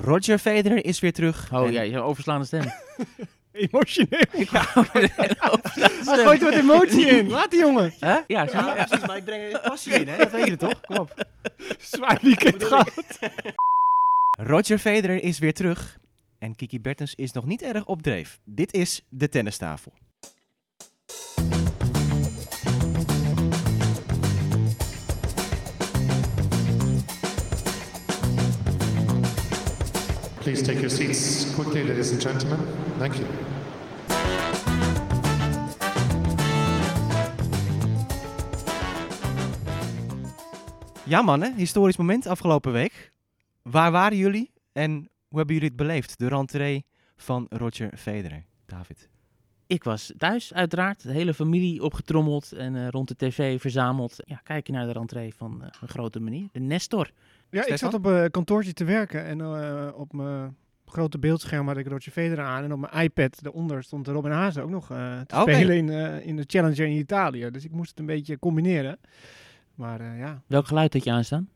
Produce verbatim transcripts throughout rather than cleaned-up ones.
Roger Federer is weer terug. Oh en... ja, je overslaande stem. Emotioneel. Ik wou een overslaande Hij stem. gooit wat emotie in. Laat die jongen. Huh? Ja, zie je? Ja, precies, maar ik breng er passie in, hè? Dat weet je toch? Kom op. Zwaar weekend gehad. Roger Federer is weer terug. En Kiki Bertens is nog niet erg op dreef. Dit is de tennistafel. Please take your seats quickly, ladies and gentlemen. Thank you. Ja mannen, historisch moment afgelopen week. Waar waren jullie en hoe hebben jullie het beleefd? De rentree van Roger Federer. David. Ik was thuis, uiteraard. De hele familie opgetrommeld en uh, rond de tv verzameld. Ja, kijken naar de rentree van uh, een grote meneer. De Nestor. Ja, ik Stefan? zat op een kantoortje te werken en uh, op mijn grote beeldscherm had ik Roger Federer aan. En op mijn iPad daaronder stond Robin Haase ook nog uh, te Okay. spelen in, uh, in de Challenger in Italië. Dus ik moest het een beetje combineren. Maar uh, ja, Welk geluid had je aanstaan?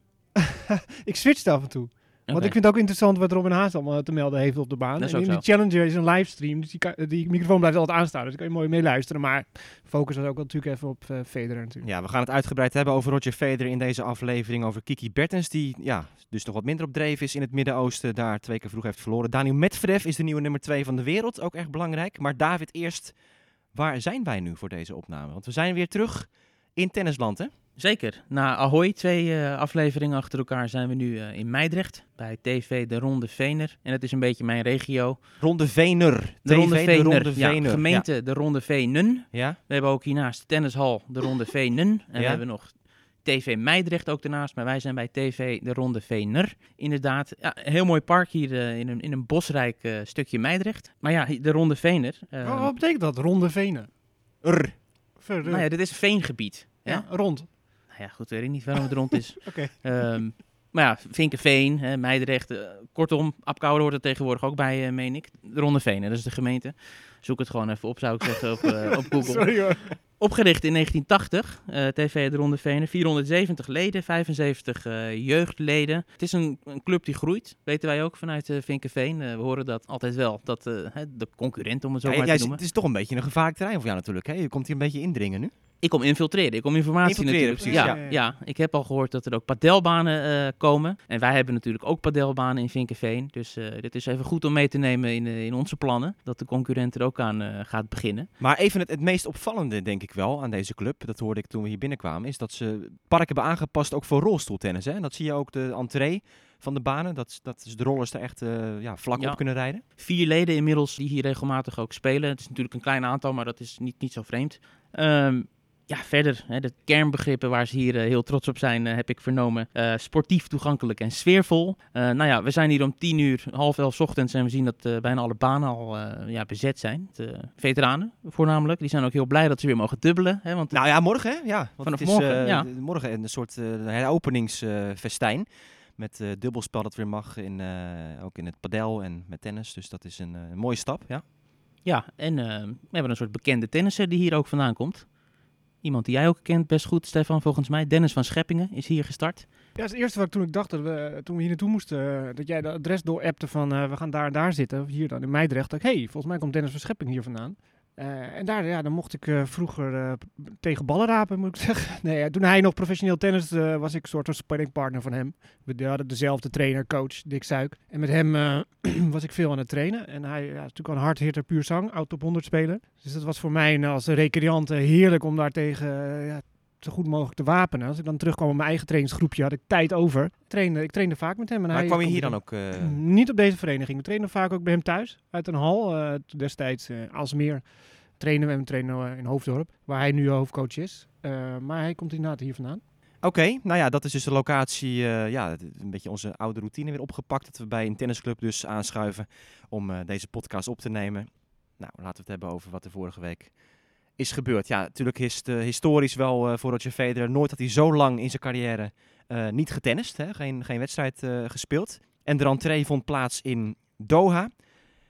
ik switchte af en toe. Want Oké. ik vind het ook interessant wat Robin Haase allemaal te melden heeft op de baan. Dat is En ook in zo. de Challenger is een livestream, dus die, kan, die microfoon blijft altijd aanstaan. Dus daar kan je mooi mee luisteren. Maar focus was ook natuurlijk even op uh, Federer natuurlijk. Ja, we gaan het uitgebreid hebben over Roger Federer in deze aflevering. Over Kiki Bertens, die ja, dus nog wat minder op dreef is in het Midden-Oosten. Daar twee keer vroeg heeft verloren. Daniil Medvedev is de nieuwe nummer twee van de wereld. Ook echt belangrijk. Maar David, eerst, waar zijn wij nu voor deze opname? Want we zijn weer terug in tennisland, hè? Zeker. Na Ahoy, twee uh, afleveringen achter elkaar, zijn we nu uh, in Meidrecht. Bij T V De Ronde Vener. En dat is een beetje mijn regio. Ronde Vener. De Ronde T V, Vener. De Ronde Ja, Vener. gemeente De Ronde Venen. Ja. We hebben ook hiernaast de tennishal De Ronde Venen. En Ja. we hebben nog T V Meidrecht ook daarnaast. Maar wij zijn bij T V De Ronde Vener. Inderdaad, ja, een heel mooi park hier uh, in, een, in een bosrijk uh, stukje Meidrecht. Maar ja, De Ronde Vener. Uh, Wat, wat betekent dat? Ronde venen? R. Ver, nou ja, dit is een veengebied. Ja? ja, rond. Nou ja, goed, weet ik niet waarom het rond is. Oké. Um, maar ja, Vinkenveen, hè, Meidrecht. Uh, kortom, Apkoude hoort er tegenwoordig ook bij, uh, meen ik. De Ronde Venen, dat is de gemeente. Zoek het gewoon even op, zou ik zeggen, op, uh, op Google. Sorry hoor. Opgericht in negentien tachtig, uh, T V De Ronde Venen. vierhonderdzeventig leden, vijfenzeventig uh, jeugdleden. Het is een, een club die groeit, weten wij ook vanuit uh, Vinkenveen. Uh, we horen dat altijd wel, dat uh, de concurrent, om het zo Ja, maar jij- te noemen. het is toch een beetje een gevaarlijk terrein voor jou natuurlijk, hè? Je komt hier een beetje indringen nu. Ik kom infiltreren, ik kom informatie Infiltreren, natuurlijk. precies, ja, ja. ja. ik heb al gehoord dat er ook padelbanen uh, komen. En wij hebben natuurlijk ook padelbanen in Vinkenveen. Dus uh, dit is even goed om mee te nemen in, uh, in onze plannen. Dat de concurrent er ook aan uh, gaat beginnen. Maar even het, het meest opvallende, denk ik wel, aan deze club, dat hoorde ik toen we hier binnenkwamen, is dat ze het park hebben aangepast ook voor rolstoeltennis. Hè? En dat zie je ook de entree van de banen, dat, dat is de rollers er echt uh, ja, vlak Ja. op kunnen rijden. Vier leden inmiddels die hier regelmatig ook spelen. Het is natuurlijk een klein aantal, maar dat is niet, niet zo vreemd. Um, Ja, verder, hè, de kernbegrippen waar ze hier uh, heel trots op zijn, uh, heb ik vernomen. Uh, sportief, toegankelijk en sfeervol. Uh, nou ja, we zijn hier om tien uur, half elf 's ochtends en we zien dat uh, bijna alle banen al uh, ja, bezet zijn. De veteranen voornamelijk, die zijn ook heel blij dat ze weer mogen dubbelen. Hè, want Nou ja, morgen hè? Ja, want Vanaf het is morgen, uh, ja. de- morgen een soort uh, heropeningsfestijn. met uh, dubbelspel dat weer mag, in, uh, ook in het padel en met tennis. Dus dat is een, uh, een mooie stap, ja. Ja, en uh, we hebben een soort bekende tennisser die hier ook vandaan komt. Iemand die jij ook kent best goed, Stefan, volgens mij. Dennis van Scheppingen is hier gestart. Ja, dat is het eerste wat ik toen ik dacht, dat we, toen we hier naartoe moesten, uh, dat jij de adres doorappte van uh, we gaan daar en daar zitten, hier dan in Meidrecht. Hé, hey, volgens mij komt Dennis van Schepping hier vandaan. Uh, en daar, ja, dan mocht ik uh, vroeger uh, tegen ballen rapen, moet ik zeggen. Nee, ja, toen hij nog professioneel tennis uh, was ik een soort van sparringpartner van hem. We hadden dezelfde trainer, coach, Dick Suik. En met hem uh, was ik veel aan het trainen. En hij ja, is natuurlijk al een hardhitter puur zang, oud top honderd speler. Dus dat was voor mij uh, als recreant uh, heerlijk om daar tegen uh, ja, zo goed mogelijk te wapenen. Als ik dan terugkwam op mijn eigen trainingsgroepje, had ik tijd over. Ik trainde, ik trainde vaak met hem. En Maar hij kwam je kon- hier dan ook... Uh... Niet op deze vereniging. We trainen vaak ook bij hem thuis, uit een hal. Uh, destijds uh, Aalsmeer trainen we hem trainen in Hoofddorp, waar hij nu hoofdcoach is. Uh, maar hij komt inderdaad hier vandaan. Oké, okay, nou ja, dat is dus de locatie, uh, ja, een beetje onze oude routine weer opgepakt. Dat we bij een tennisclub dus aanschuiven om uh, deze podcast op te nemen. Nou, laten we het hebben over wat er vorige week is gebeurd. Ja, natuurlijk is het uh, historisch wel uh, voor Roger Federer. Nooit had hij zo lang in zijn carrière uh, niet getennist, hè? Geen, geen wedstrijd uh, gespeeld. En de rentree vond plaats in Doha.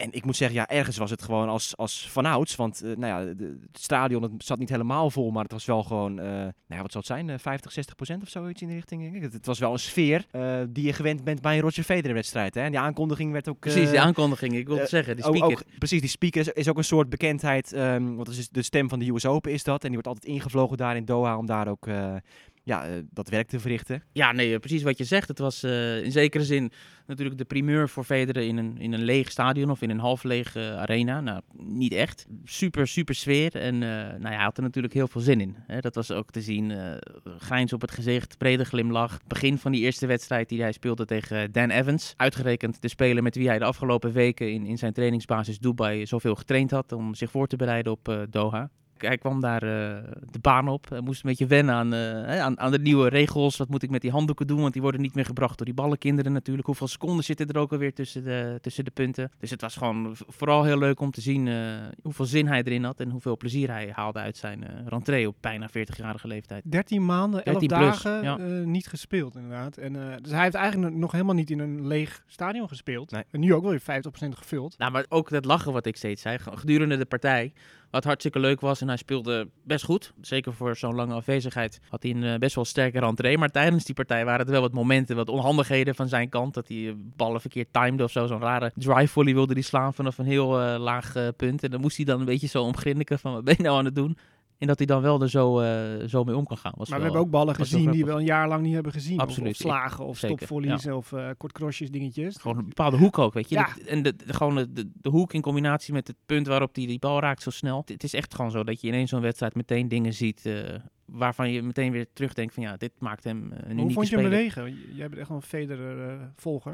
En ik moet zeggen, ja, ergens was het gewoon als, als vanouds. Want uh, nou ja, de, het stadion het zat niet helemaal vol, maar het was wel gewoon, uh, nou ja, wat zou het zijn, uh, vijftig, zestig procent of zoiets in de richting. Het, het was wel een sfeer uh, die je gewend bent bij een Roger Federer wedstrijd. Hè? En die aankondiging werd ook... Uh, precies, die aankondiging, ik wil het uh, zeggen, die speaker. Ook, ook, precies, die speaker is, is ook een soort bekendheid, um, want het is de stem van de U S Open is dat. En die wordt altijd ingevlogen daar in Doha om daar ook... Uh, Ja, uh, dat werk te verrichten. Ja, nee, precies wat je zegt. Het was uh, in zekere zin natuurlijk de primeur voor Federer in een, in een leeg stadion of in een half leeg uh, arena. Nou, niet echt. Super, super sfeer. En uh, nou ja, hij had er natuurlijk heel veel zin in. Hè. Dat was ook te zien. Uh, grijns op het gezicht, brede glimlach. Begin van die eerste wedstrijd die hij speelde tegen Dan Evans. Uitgerekend de speler met wie hij de afgelopen weken in, in zijn trainingsbasis Dubai zoveel getraind had om zich voor te bereiden op uh, Doha. Hij kwam daar uh, de baan op. Hij moest een beetje wennen aan, uh, aan, aan de nieuwe regels. Wat moet ik met die handdoeken doen? Want die worden niet meer gebracht door die ballenkinderen natuurlijk. Hoeveel seconden zitten er ook alweer tussen de, tussen de punten? Dus het was gewoon vooral heel leuk om te zien uh, hoeveel zin hij erin had. En hoeveel plezier hij haalde uit zijn uh, rentree op bijna veertigjarige leeftijd. dertien maanden, elf dertien plus, dagen ja. uh, niet gespeeld inderdaad. En, uh, dus hij heeft eigenlijk nog helemaal niet in een leeg stadion gespeeld. Nee. En nu ook wel weer vijftig procent gevuld. Nou, maar ook dat lachen wat ik steeds zei. Gedurende de partij... Wat hartstikke leuk was en hij speelde best goed. Zeker voor zo'n lange afwezigheid had hij een uh, best wel sterke rentree. Maar tijdens die partij waren er wel wat momenten, wat onhandigheden van zijn kant. Dat hij uh, ballen verkeerd timede of zo. Zo'n rare drive volley wilde hij slaan vanaf een heel uh, laag uh, punt. En dan moest hij dan een beetje zo omgrinniken van wat ben je nou aan het doen? En dat hij dan wel er zo, uh, zo mee om kan gaan. Was maar wel, we hebben ook ballen gezien die we wel een jaar lang niet hebben gezien. Absoluut. Of, of slagen of Zeker, stopvolleys ja. of uh, kort crossjes dingetjes. Gewoon een bepaalde hoek ook, weet je. Ja. De, en de, de, gewoon de, de, de hoek in combinatie met het punt waarop hij die bal raakt zo snel. Het is echt gewoon zo dat je in één zo'n wedstrijd meteen dingen ziet... Uh, waarvan je meteen weer terugdenkt van ja, dit maakt hem uh, een unieke Hoe vond je hem speler. bewegen? Jij bent echt wel een Federer-volger. Uh,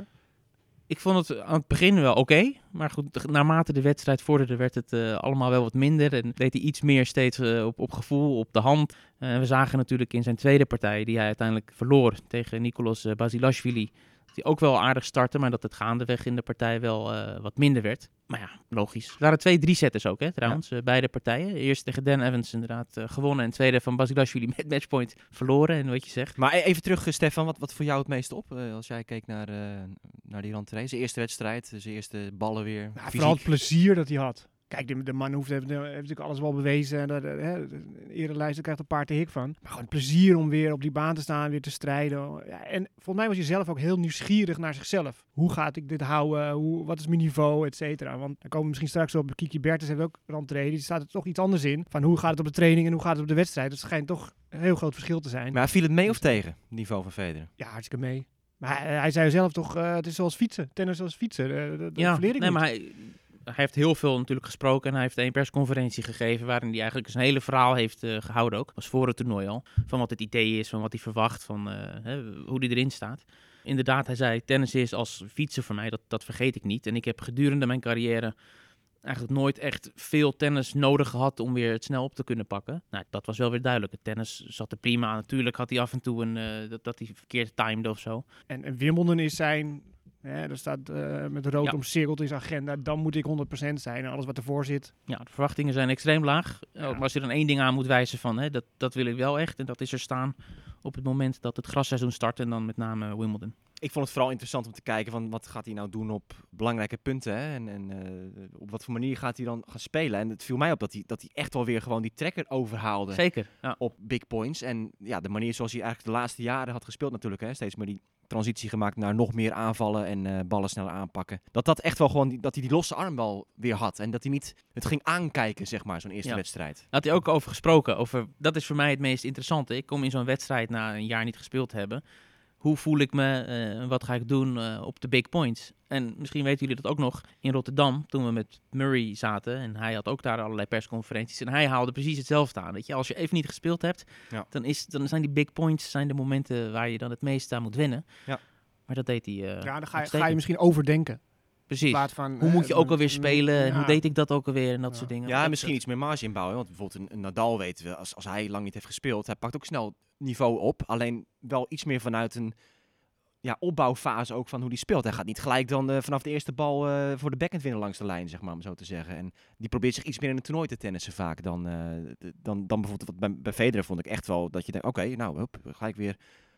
Ik vond het aan het begin wel oké. Okay, maar goed, naarmate de wedstrijd vorderde werd het uh, allemaal wel wat minder. En deed hij iets meer steeds uh, op, op gevoel, op de hand. Uh, we zagen natuurlijk in zijn tweede partij, die hij uiteindelijk verloor tegen Nicolas uh, Basilashvili. Die ook wel aardig startte, maar dat het gaandeweg in de partij wel uh, wat minder werd. Maar ja, logisch. Er waren twee drie-setters ook, hè, trouwens, ja. uh, beide partijen. Eerst tegen Dan Evans inderdaad uh, gewonnen en tweede van Basilashvili met matchpoint verloren. En wat je zegt. Maar even terug, uh, Stefan, wat, wat voor jou het meest op? Uh, als jij keek naar, uh, naar die rentree, zijn eerste wedstrijd, zijn eerste ballen weer. Nou, vooral het plezier dat hij had. Kijk, de, de man hoeft, heeft, heeft natuurlijk alles wel bewezen. En de, de, de, de erelijst krijgt een paar te hik van. Maar gewoon het plezier om weer op die baan te staan, weer te strijden. Ja, en volgens mij was hij zelf ook heel nieuwsgierig naar zichzelf. Hoe gaat ik dit houden? Hoe, wat is mijn niveau? Et cetera. Want dan komen we misschien straks op. Kiki Bertens heeft ook rentree. Die staat er toch iets anders in. Van hoe gaat het op de training en hoe gaat het op de wedstrijd. Dus het schijnt toch een heel groot verschil te zijn. Maar viel het mee of tegen, het niveau van Federer? Ja, hartstikke mee. Maar hij, hij zei zelf toch, uh, het is zoals fietsen. Tennis zoals fietsen. Uh, dat ja, verleer ik nee, niet. maar hij... Hij heeft heel veel natuurlijk gesproken en hij heeft een persconferentie gegeven waarin hij eigenlijk zijn hele verhaal heeft uh, gehouden ook. Dat was voor het toernooi al. Van wat het idee is, van wat hij verwacht, van uh, hè, hoe hij erin staat. Inderdaad, hij zei, tennis is als fietsen voor mij, dat, dat vergeet ik niet. En ik heb gedurende mijn carrière eigenlijk nooit echt veel tennis nodig gehad om weer het snel op te kunnen pakken. Nou, dat was wel weer duidelijk. Het tennis zat er prima aan. Natuurlijk had hij af en toe een, uh, dat, dat hij verkeerd timede of zo. En, en Wimbledon is zijn... Ja, er staat uh, met rood ja. omcirkeld in zijn agenda. Dan moet ik honderd procent zijn en alles wat ervoor zit. Ja, de verwachtingen zijn extreem laag. Ja. Maar als je dan één ding aan moet wijzen van, hè, dat, dat wil ik wel echt. En dat is er staan op het moment dat het grasseizoen start. En dan met name Wimbledon. Ik vond het vooral interessant om te kijken van wat gaat hij nou doen op belangrijke punten. Hè? En, en uh, op wat voor manier gaat hij dan gaan spelen. En het viel mij op dat hij, dat hij echt wel weer gewoon die trekker overhaalde. Zeker, ja. Op big points. En ja, de manier zoals hij eigenlijk de laatste jaren had gespeeld natuurlijk. Hè? Steeds maar die transitie gemaakt naar nog meer aanvallen en uh, ballen sneller aanpakken. Dat dat echt wel gewoon, dat hij die losse armbal weer had. En dat hij niet het ging aankijken, zeg maar, zo'n eerste ja. wedstrijd. Daar had hij ook over gesproken. Over, dat is voor mij het meest interessante. Ik kom in zo'n wedstrijd na een jaar niet gespeeld te hebben. Hoe voel ik me en uh, wat ga ik doen uh, op de big points? En misschien weten jullie dat ook nog in Rotterdam, toen we met Murray zaten. En hij had ook daar allerlei persconferenties. En hij haalde precies hetzelfde aan. Weet je? Als je even niet gespeeld hebt, ja. dan, is, dan zijn die big points zijn de momenten waar je dan het meest aan moet winnen. Ja. Maar dat deed hij uh, Ja, dan ga je, ga je misschien overdenken. Precies. Van, hoe uh, moet je ook alweer spelen? Ja. En hoe deed ik dat ook alweer? En dat ja. soort dingen. Ja, dat, misschien iets meer marge inbouwen. Want bijvoorbeeld een, een Nadal weten we, als, als hij lang niet heeft gespeeld, hij pakt ook snel niveau op. Alleen wel iets meer vanuit een ja, opbouwfase ook van hoe die speelt. Hij gaat niet gelijk dan uh, vanaf de eerste bal uh, voor de backhand winnen langs de lijn, zeg maar, om zo te zeggen. En die probeert zich iets meer in het toernooi te tennissen vaak dan, uh, dan, dan bijvoorbeeld wat bij, bij Federer vond ik echt wel dat je denkt, oké, okay, nou, hup, gelijk weer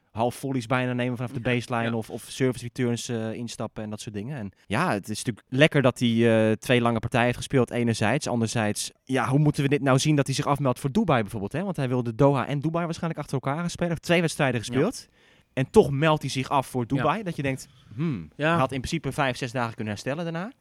half volleys bijna nemen vanaf de Ja, baseline ja. Of, of service returns uh, instappen en dat soort dingen. En ja, het is natuurlijk lekker dat hij uh, twee lange partijen heeft gespeeld enerzijds. Anderzijds, ja, hoe moeten we dit nou zien dat hij zich afmeldt voor Dubai bijvoorbeeld? Hè? Want hij wilde Doha en Dubai waarschijnlijk achter elkaar gaan spelen. Hij heeft twee wedstrijden gespeeld. Ja. En toch meldt hij zich af voor Dubai. Ja. Dat je denkt, hmm, ja. hij had in principe vijf, zes dagen kunnen herstellen daarna.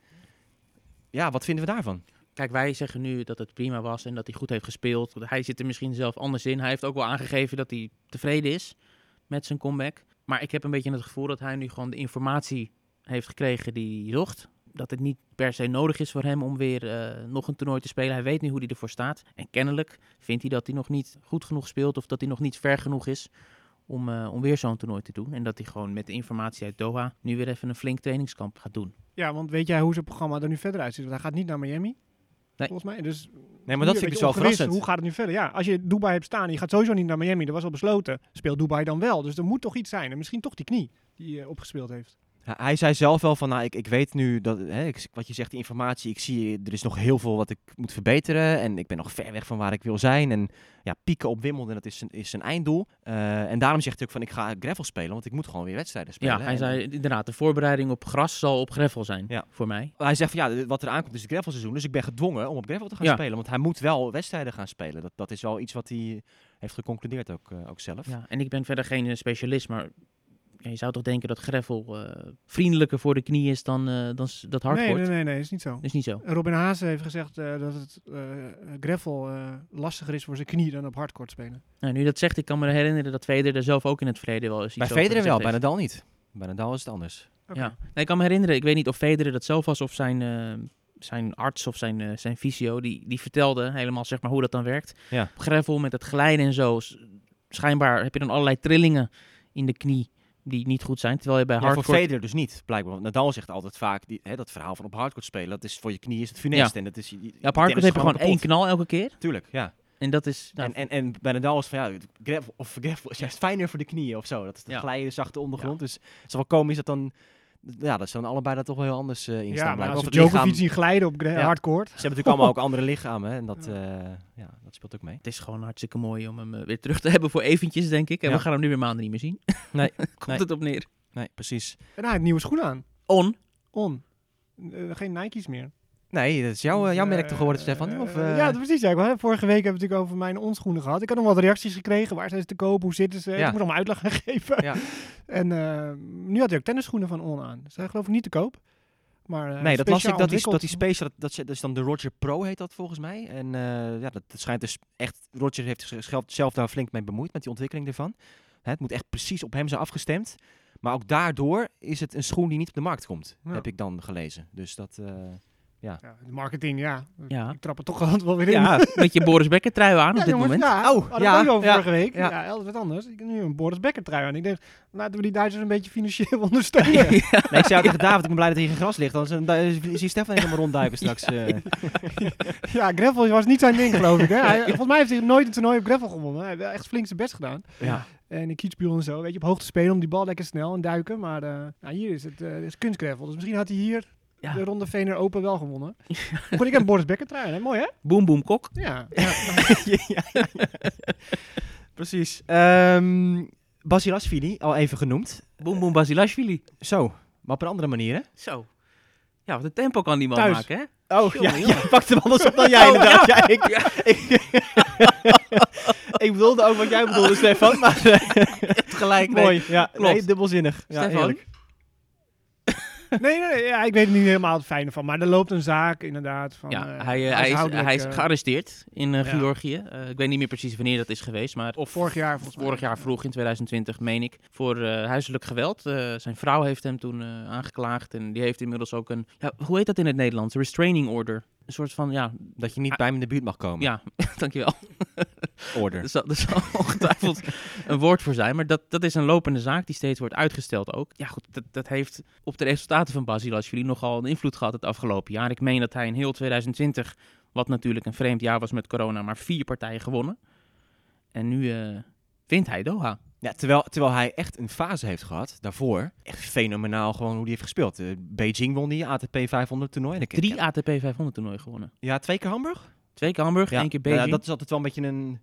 Ja, wat vinden we daarvan? Kijk, wij zeggen nu dat het prima was en dat hij goed heeft gespeeld. Hij zit er misschien zelf anders in. Hij heeft ook wel aangegeven dat hij tevreden is met zijn comeback. Maar ik heb een beetje het gevoel dat hij nu gewoon de informatie heeft gekregen die hij zocht. Dat het niet per se nodig is voor hem om weer uh, nog een toernooi te spelen. Hij weet nu hoe hij ervoor staat. En kennelijk vindt hij dat hij nog niet goed genoeg speelt of dat hij nog niet ver genoeg is om, uh, om weer zo'n toernooi te doen. En dat hij gewoon met de informatie uit Doha nu weer even een flink trainingskamp gaat doen. Ja, want weet jij hoe zijn programma er nu verder uitziet? Want hij gaat niet naar Miami. Nee. Volgens mij. Dus nee, maar dat vind ik dus wel verrassend. Hoe gaat het nu verder? Ja, als je Dubai hebt staan en je gaat sowieso niet naar Miami, dat was al besloten. Speelt Dubai dan wel. Dus er moet toch iets zijn. En misschien toch die knie die hij uh, opgespeeld heeft. Hij zei zelf wel van, nou, ik, ik weet nu, dat, hè, ik, wat je zegt, die informatie, ik zie, er is nog heel veel wat ik moet verbeteren en ik ben nog ver weg van waar ik wil zijn. En ja, pieken op Wimbledon, dat is zijn, is zijn einddoel. Uh, en daarom zegt hij ook van, ik ga gravel spelen, want ik moet gewoon weer wedstrijden spelen. Ja, hij en, zei inderdaad, de voorbereiding op gras zal op gravel zijn, ja. voor mij. Hij zegt van, ja, wat er aankomt is het gravelseizoen, dus ik ben gedwongen om op gravel te gaan ja. spelen. Want hij moet wel wedstrijden gaan spelen. Dat, dat is wel iets wat hij heeft geconcludeerd ook, uh, ook zelf. Ja, en ik ben verder geen uh, specialist, maar... Ja, je zou toch denken dat gravel uh, vriendelijker voor de knie is dan, uh, dan dat hardcourt? Nee, nee, nee, nee, is niet zo. Dat is niet zo. Robin Haase heeft gezegd uh, dat het uh, gravel uh, lastiger is voor zijn knie dan op hardcourt spelen. Nou, nu dat zegt, ik kan me herinneren dat Federer er zelf ook in het verleden wel eens iets bij over Federer wel, heeft. bij Nadal niet. Bij Nadal is het anders. Okay. Ja, nee, ik kan me herinneren, ik weet niet of Federer dat zelf was of zijn, uh, zijn arts of zijn, uh, zijn fysio, die, die vertelde helemaal zeg maar hoe dat dan werkt. Ja. Op gravel met het glijden en zo, schijnbaar heb je dan allerlei trillingen in de knie die niet goed zijn, terwijl je bij ja, hardcourt... voor Federer dus niet, blijkbaar. Want Nadal zegt altijd vaak, die, hè, dat verhaal van op hardcourt spelen, dat is voor je knie is het funest. Ja. En dat is, die, Ja, op hardcourt heb je gewoon één knal elke keer. Tuurlijk, ja. En dat is... Nou, en, en, en bij Nadal is van, ja, gravel, of gravel is juist fijner voor de knieën of zo. Dat is de ja. glijden, zachte ondergrond. Ja. Dus het is wel komisch dat dan... Ja, dat ze dan allebei daar toch wel heel anders uh, in ja, staan. maar als of Djokovic lichaam... zien glijden op gra- ja. hardcourt. Ze hebben natuurlijk allemaal ook andere lichamen. Hè, en dat, uh, ja, dat speelt ook mee. Het is gewoon hartstikke mooi om hem uh, weer terug te hebben voor eventjes, denk ik. En ja. we gaan hem nu weer maanden niet meer zien. Nee. Komt nee. het op neer. Nee, precies. En hij heeft nieuwe schoenen aan. On. On. Uh, geen Nike's meer. Nee, dat is jouw, uh, jouw merk toch geworden, uh, Stefan? Of, uh, uh... Ja, precies. Ja. Vorige week hebben we het natuurlijk over mijn onschoenen gehad. Ik had nog wat reacties gekregen. Waar zijn ze te kopen? Hoe zitten ze? Ja. Ik moet allemaal uitleg gaan geven. Ja. En uh, nu had hij ook tennisschoenen van On aan. Ze zijn geloof ik niet te koop. Maar, uh, nee, dat las ik, dat die, dat die speciaal... special, dat, dat is dan de Roger Pro heet dat volgens mij. En uh, ja, dat, dat schijnt dus echt, Roger heeft zichzelf zelf daar flink mee bemoeid met die ontwikkeling ervan. Hè, het moet echt precies op hem zijn afgestemd. Maar ook daardoor is het een schoen die niet op de markt komt, ja. heb ik dan gelezen. Dus dat, uh, ja. ja. De marketing, ja. ja. Ik trap er toch altijd wel weer in. Ja, met je Boris Becker trui aan ja, op dit jongens, moment. Ja, oh, hadden ja, we ook over ja, vorige week. Ja, ja altijd wat anders. Ik heb nu een Boris Becker trui aan. Ik denk, laten we die Duitsers een beetje financieel ondersteunen. ja. Nee, ik zei tegen David, ik ben blij dat hij geen gras ligt. Anders zie je Stefan helemaal rondduiken straks. ja, uh. ja, gravel was niet zijn ding, geloof ik. Hè. Hij, volgens mij heeft hij nooit een toernooi op gravel gewonnen. Hij heeft echt flink zijn best gedaan. Ja. En in Kitzbühel en zo, weet je, op hoogte spelen om die bal lekker snel en duiken. Maar uh, nou, hier is het uh, is kunstgravel. Dus misschien had hij hier ja. de Ronde Vener Open wel gewonnen. Goed, ik heb een Boris Becker trui, hè? Mooi, hè? Boom, boom, kok. Ja. ja, ja, ja, ja. Precies. Um, Basilashvili, al even genoemd. Boom, boom, Basilashvili. Zo, maar op een andere manier, hè? Zo. Ja, wat een tempo kan die man Thuis. maken, hè? Oh, Jongen, ja, jongen. jij pakt hem anders op dan jij, Oh, inderdaad. ja. Ja, ik, ja. ik, ik bedoelde ook wat jij bedoelde, Stefan, maar... Je hebt gelijk, nee. Mooi, ja. Klopt. Nee, dubbelzinnig. Ja, Stefan? heerlijk. Nee, nee, ja, ik weet er niet helemaal het fijne van. Maar er loopt een zaak, inderdaad. Van, Ja, uh, hij, uh, hij, is, huishoudelijk, hij is uh, gearresteerd in uh, ja. Georgië. Uh, ik weet niet meer precies wanneer dat is geweest, maar... Of vorig jaar, volgens mij. Vorig jaar vroeg, in tweeduizend twintig, meen ik, voor uh, huiselijk geweld. Uh, zijn vrouw heeft hem toen uh, aangeklaagd en die heeft inmiddels ook een... Ja, hoe heet dat in het Nederlands? Restraining order. Een soort van, ja... Dat je niet bij hem in de buurt mag komen. Ja, dankjewel. Order. Er zal, er zal ongetwijfeld een woord voor zijn, maar dat, dat is een lopende zaak die steeds wordt uitgesteld ook. Ja goed, dat, dat heeft op de resultaten van Basilashvili nogal een invloed gehad het afgelopen jaar. Ik meen dat hij in heel tweeduizend twintig, wat natuurlijk een vreemd jaar was met corona, maar vier partijen gewonnen. En nu uh, wint hij Doha. Ja, terwijl, terwijl hij echt een fase heeft gehad daarvoor. Echt fenomenaal gewoon hoe hij heeft gespeeld. Uh, Beijing won die A T P vijfhonderd toernooi. Drie ja. A T P vijfhonderd toernooien gewonnen. Ja, twee keer Hamburg? Twee keer Hamburg, Ja. één keer Beijing. Ja, dat is altijd wel een beetje een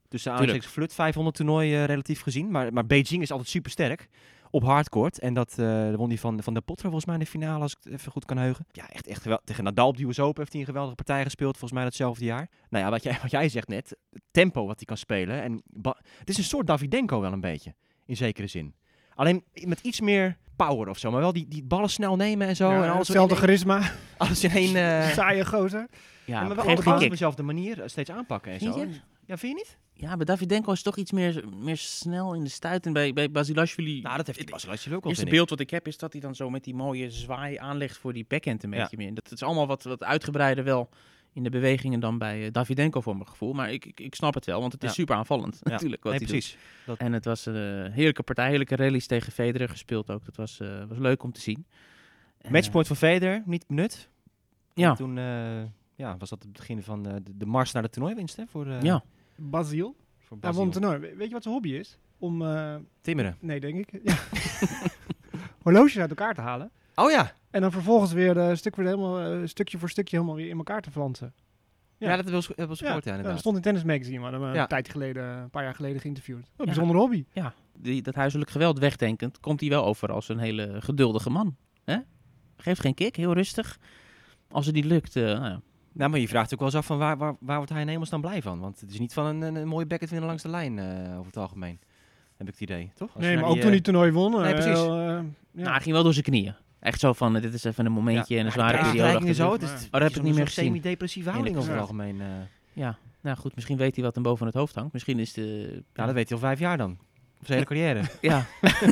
tussen aanstekens flut vijfhonderd toernooi uh, relatief gezien. Maar, maar Beijing is altijd super sterk op hardcourt. En dat uh, won hij van, van de Potro volgens mij in de finale, als ik het even goed kan heugen. Ja, echt, echt geweldig. Tegen Nadal op de U S Open heeft hij een geweldige partij gespeeld, volgens mij datzelfde jaar. Nou ja, wat jij, wat jij zegt net, het tempo wat hij kan spelen. En ba- het is een soort Davydenko wel een beetje, in zekere zin. Alleen met iets meer power of zo, maar wel die, die ballen snel nemen en zo. Ja, en alles hetzelfde in charisma. Alles in één... Uh, Saaie gozer. Ja, en maar wel geen, allemaal geen op kick. dezelfde manier steeds aanpakken en Vind zo. je? Ja, vind je niet? Ja, bij Davydenko is toch iets meer, meer snel in de stuit. En bij, bij Basilashvili... Nou, dat heeft die Basilashvili ook Het wel, eerste vind ik. beeld wat ik heb is dat hij dan zo met die mooie zwaai aanlegt voor die backhand een Ja. beetje meer. Dat is allemaal wat, wat uitgebreider wel in de bewegingen dan bij uh, Davydenko voor mijn gevoel. Maar ik, ik, ik snap het wel, want het is Ja. super aanvallend Ja. natuurlijk wat Nee, hij precies. doet. En het was een uh, heerlijke partij, heerlijke rallies tegen Federer gespeeld ook. Dat was, uh, was leuk om te zien. En, Matchpoint van Federer, niet benut. Ja. En toen uh, ja, was dat het begin van uh, de, de mars naar de toernooiwinst, hè? Voor, uh, Ja. Basil. voor Hij Basil. won het toernooi. We- Weet je wat zijn hobby is? Om, uh, Timmeren. nee denk ik, ja. horloges uit elkaar te halen. Oh ja. En dan vervolgens weer uh, stuk voor helemaal, uh, stukje voor stukje helemaal weer in elkaar te flansen. Ja, Ja. dat hebben we wel eens gehoord, ja, dat inderdaad. stond in Tennis Magazine, maar een Ja. tijd geleden, een paar jaar geleden geïnterviewd. Oh, Ja. bijzondere hobby. Ja, die, dat huiselijk geweld wegdenkend komt hij wel over als een hele geduldige man. Hè? Geeft geen kick, heel rustig. Als het niet lukt, uh, nou ja. Nou, maar je vraagt ook wel eens af van waar, waar, waar wordt hij in hemelsnaam blij van? Want het is niet van een, een, een mooie backhand winnen langs de lijn, uh, over het algemeen. Heb ik het idee, toch? Als je Nee, naar maar ook die, toen hij uh, het toernooi won. Nee, uh, precies. wel, uh, ja. Nou, hij ging wel door zijn knieën. Echt zo van, uh, dit is even een momentje en een zware ja, periode. uitreiking en achter zo. de Het rug. is, Oh, dat heb ik zo'n- niet meer zo'n gezien. semi-depressieve houding Eerlijk over het gezegd. algemeen. uh. Ja, nou goed, misschien weet hij wat hem boven het hoofd hangt. Misschien is de... Ja, dat weet hij al vijf jaar dan. Op zijn hele carrière. Ja.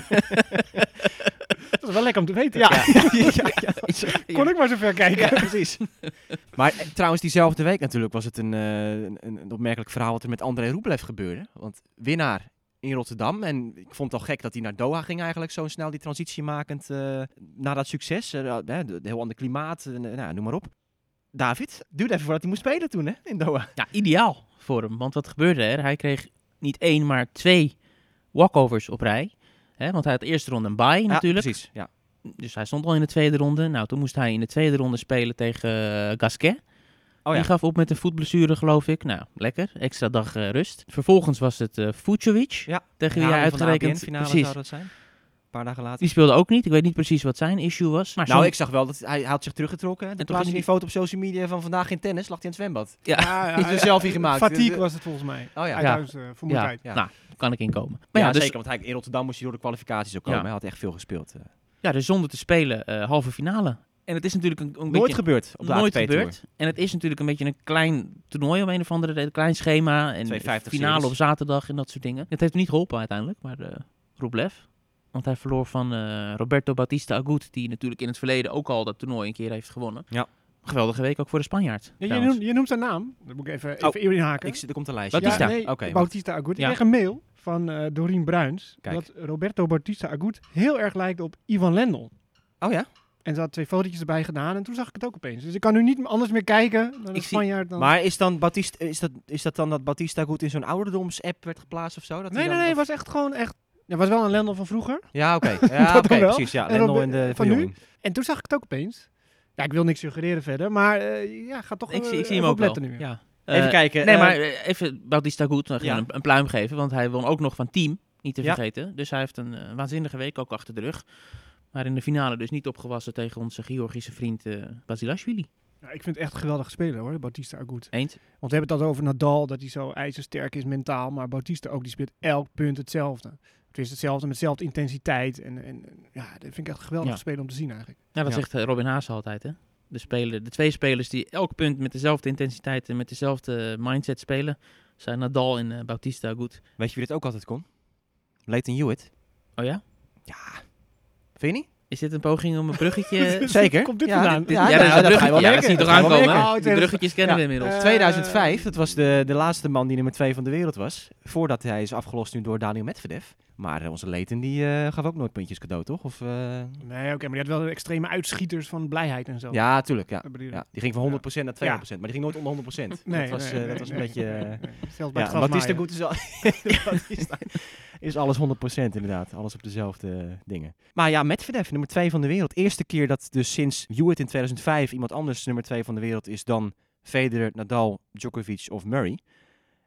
Dat is wel lekker om te weten. Ja. Ja. Kon ik maar zo ver kijken. Ja, precies. Maar eh, trouwens, diezelfde week natuurlijk was het een, uh, een, een opmerkelijk verhaal wat er met André Rublev gebeurde. Want winnaar in Rotterdam. En ik vond het al gek dat hij naar Doha ging eigenlijk zo snel die transitie makend uh, na dat succes. Uh, de, de heel ander klimaat, uh, nou, noem maar op. David, duurde even voordat hij moest spelen toen hè, in Doha. Ja, ideaal voor hem. Want wat gebeurde er? Hij kreeg niet één, maar twee walkovers op rij. Hè, want hij had de eerste ronde een bye natuurlijk. Ja, precies. Ja. Dus hij stond al in de tweede ronde. Nou, toen moest hij in de tweede ronde spelen tegen uh, Gasquet. Oh, ja. Die gaf op met een voetblessure, geloof ik. Nou, lekker. Extra dag uh, rust. Vervolgens was het uh, Vucevic. Ja. Tegen wie hij uitgerekend... finale Precies. zou dat zijn. Een paar dagen later. Die speelde ook niet. Ik weet niet precies wat zijn issue was. Maar Nou, zo... ik zag wel dat hij, hij had zich teruggetrokken. En toen toen plaatste hij ging een foto op social media van vandaag geen tennis, lag hij in het zwembad. Ja, Ja, Iets een selfie gemaakt. Fatigue was het volgens mij. Oh ja. Uit Ja. huis, uh, vermoeidheid. Ja. nou, kan ik inkomen. Maar Maar ja, ja, dus, zeker, want hij, in Rotterdam moest hij door de kwalificaties ook komen. Ja. Hij had echt veel gespeeld. Uh. ja, dus zonder te spelen uh, halve finale. En het is natuurlijk een, een Nooit beetje... gebeurd op de Nooit A T P Tour. gebeurd. En het is natuurlijk een beetje een klein toernooi om een of andere reden. Een klein schema. En tweehonderdvijftig finale series. op zaterdag en dat soort dingen. Het heeft niet geholpen uiteindelijk. Maar uh, Rublev. Want hij verloor van uh, Roberto Bautista Agut. Die natuurlijk in het verleden ook al dat toernooi een keer heeft gewonnen. Ja. Geweldige week ook voor de Spanjaard. Ja, je, trouwens. noemt, je noemt zijn naam. Dat moet ik even, even Oh, inhaken. Ik, er komt een lijstje. Bautista. Ja, nee, Oké, wacht. Bautista Agut. Ja. Ik kreeg een mail van uh, Doreen Bruins. Kijk. Dat Roberto Bautista Agut heel erg lijkt op Ivan Lendl. Oh ja? En ze had twee fotootjes erbij gedaan en toen zag ik het ook opeens. Dus ik kan nu niet anders meer kijken dan een Ik zie- Spanjaard. Dan... Maar is, dan Bautista, is, dat, is dat dan dat Bautista goed in zo'n ouderdoms-app werd geplaatst of zo? Dat hij nee, nee, dan, nee. Het of- was echt gewoon echt... Ja, was wel een Lendl van vroeger. Ja, oké. Ja, Dat oké, dan wel. precies. Ja, En Lendl Robert- en de van nu? verjonging. En toen zag ik het ook opeens. Ja, ik wil niks suggereren verder, maar uh, ja, ga toch Ik, uh, zie- ik zie even hem ook wel. opletten nu. Ja. Even Uh, kijken. Nee, eh, maar uh, even Bautista Agut nog ja. een, een pluim geven. Want hij won ook nog van team. Niet te Ja. vergeten. Dus hij heeft een uh, waanzinnige week ook achter de rug. Maar in de finale dus niet opgewassen tegen onze Georgische vriend uh, Basilashvili. Ja, ik vind het echt een geweldige speler hoor, Bautista Agut. Eens? Want we hebben het altijd over Nadal, dat hij zo ijzersterk is mentaal. Maar Bautista ook, die speelt elk punt hetzelfde. Het is hetzelfde met dezelfde intensiteit. En, en ja, dat vind ik echt een geweldige Ja. speler om te zien eigenlijk. Ja, dat Ja. zegt uh, Robin Haase altijd, hè? De, speler, de twee spelers die elk punt met dezelfde intensiteit en met dezelfde mindset spelen, zijn Nadal en uh, Bautista Agut. Weet je wie dit ook altijd kon? Leighton Hewitt. Oh ja? Vind je niet? Is dit een poging om een bruggetje... Zeker. Komt dit Ja, vandaan? dit- ja, ja, nou, dat is een dat ga je wel bruggetje. Ja, dat merken. zie je toch Dat ga je wel aankomen? merken. Die bruggetjes kennen Ja. we inmiddels. Eh, tweeduizend vijf, dat was de, de laatste man die nummer twee van de wereld was. Voordat hij is afgelost nu door Daniel Medvedev. Maar uh, onze Leighton die uh, gaf ook nooit puntjes cadeau, toch? Of, uh... Nee, oké, maar die had wel extreme uitschieters van blijheid en zo. Ja, tuurlijk. Ja. Dat bedoel je? Ja, die ging van honderd procent naar tweehonderd procent, maar die ging nooit onder honderd procent. Nee, dat was, nee, uh, nee, dat was een nee. beetje... Uh, Nee, zelfs bij ja, het Bautista grasmaaien. Agut is, al Bautista is alles honderd procent inderdaad. Alles op dezelfde uh, dingen. Maar ja, Medvedev, nummer twee van de wereld. Eerste keer dat dus sinds Hewitt in tweeduizend vijf iemand anders nummer twee van de wereld is dan Federer, Nadal, Djokovic of Murray.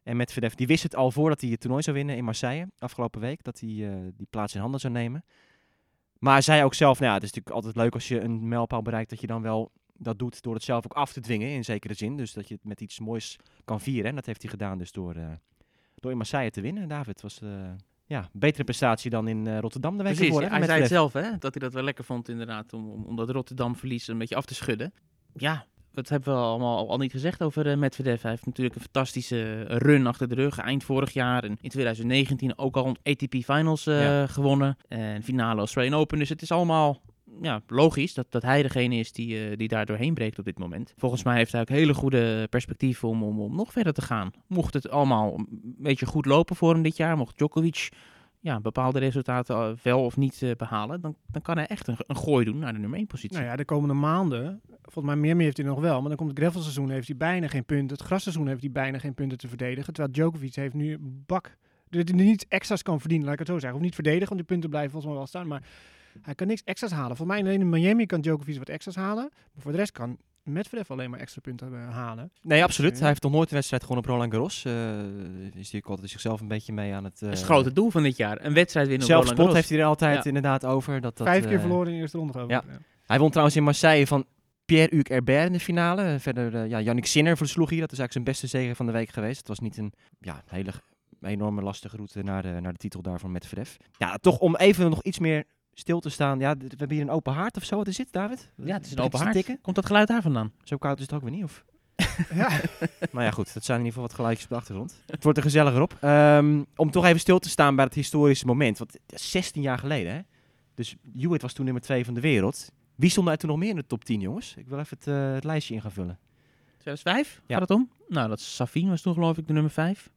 En Medvedev, die wist het al voordat hij het toernooi zou winnen in Marseille afgelopen week, dat hij uh, die plaats in handen zou nemen. Maar hij zei ook zelf, nou ja, het is natuurlijk altijd leuk als je een mijlpaal bereikt, dat je dan wel dat doet door het zelf ook af te dwingen, in zekere zin. Dus dat je het met iets moois kan vieren. En dat heeft hij gedaan dus door, uh, door in Marseille te winnen. David, was uh, ja, een betere prestatie dan in uh, Rotterdam de week Precies, ervoor. hij zei het zelf, hè, dat hij dat wel lekker vond inderdaad, om, om, om dat Rotterdam-verlies een beetje af te schudden. Ja, dat hebben we allemaal al, al niet gezegd over uh, Medvedev. Hij heeft natuurlijk een fantastische run achter de rug. Eind vorig jaar en in twintig negentien ook al A T P Finals uh, ja. gewonnen. En finale Australian Open. Dus het is allemaal ja, logisch dat, dat hij degene is die, uh, die daar doorheen breekt op dit moment. Volgens mij heeft hij ook hele goede perspectieven om, om, om nog verder te gaan. Mocht het allemaal een beetje goed lopen voor hem dit jaar, mocht Djokovic ja, bepaalde resultaten wel of niet uh, behalen, dan, dan kan hij echt een, een gooi doen naar de nummer één positie. Nou ja, de komende maanden, volgens mij meer, meer heeft hij nog wel, maar dan komt het gravelseizoen, heeft hij bijna geen punten. Het grasseizoen heeft hij bijna geen punten te verdedigen. Terwijl Djokovic heeft nu een bak, dat hij niets extra's kan verdienen, laat ik het zo zeggen. Of niet verdedigen, want die punten blijven volgens mij wel staan, maar hij kan niks extra's halen. Voor mij alleen in Miami kan Djokovic wat extra's halen, maar voor de rest kan Medvedev alleen maar extra punten uh, halen. Nee, absoluut. Dus, uh, hij heeft nog nooit een wedstrijd gewonnen op Roland Garros. Uh, is hij altijd zichzelf een beetje mee aan het... Uh, dat is het grote doel van dit jaar. Een wedstrijd winnen op Roland Garros. Zelfspot heeft hij er altijd ja. inderdaad over. Dat, dat, Vijf keer uh, verloren in de eerste ronde, geloof ik. Ja. Ja. Hij won trouwens in Marseille van Pierre-Hugues Herbert in de finale. Verder, uh, ja, Yannick Sinner versloeg hier. Dat is eigenlijk zijn beste zege van de week geweest. Het was niet een ja, hele enorme lastige route naar de, naar de titel daar van Medvedev. Ja, toch om even nog iets meer stil te staan. Ja, we hebben hier een open haard of zo. Wat is dit, David? Ja, het is een open haard. Komt dat geluid daar vandaan? Zo koud is het ook weer niet, of? Ja. Maar ja, goed. Dat zijn in ieder geval wat geluidjes op de achtergrond. Het wordt er gezelliger op. Um, om toch even stil te staan bij het historische moment. Want zestien jaar geleden, hè? Dus Hewitt was toen nummer twee van de wereld. Wie stond er toen nog meer in de top tien, jongens? Ik wil even het, uh, het lijstje in gaan vullen. tweeduizend vijf? Ja. Gaat het om? Nou, dat is Safin was toen geloof ik de nummer vijf.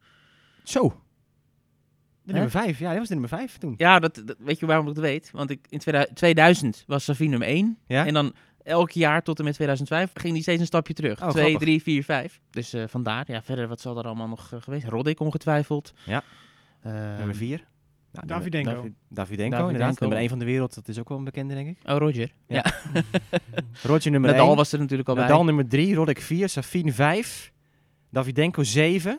Zo. De nummer vijf, ja, die was de nummer vijf toen. Ja, dat, dat, weet je waarom ik dat weet? Want ik, in tweeduizend was Safin nummer één. Ja? En dan elk jaar tot en met tweeduizend vijf ging die steeds een stapje terug. Oh, twee, drie, vier, vijf. Dus uh, vandaar. Ja, verder, wat zal er allemaal nog uh, geweest? Roddick ongetwijfeld. Ja. Uh, nummer vier. Nou, Davydenko. David, Davydenko, inderdaad. Nummer één van de wereld. Dat is ook wel een bekende, denk ik. Oh, Roger. Ja. ja. Roger nummer Nadal één. was er natuurlijk al Nadal bij. Nadal nummer drie, Roddick vier, Safin vijf. Davydenko zeven.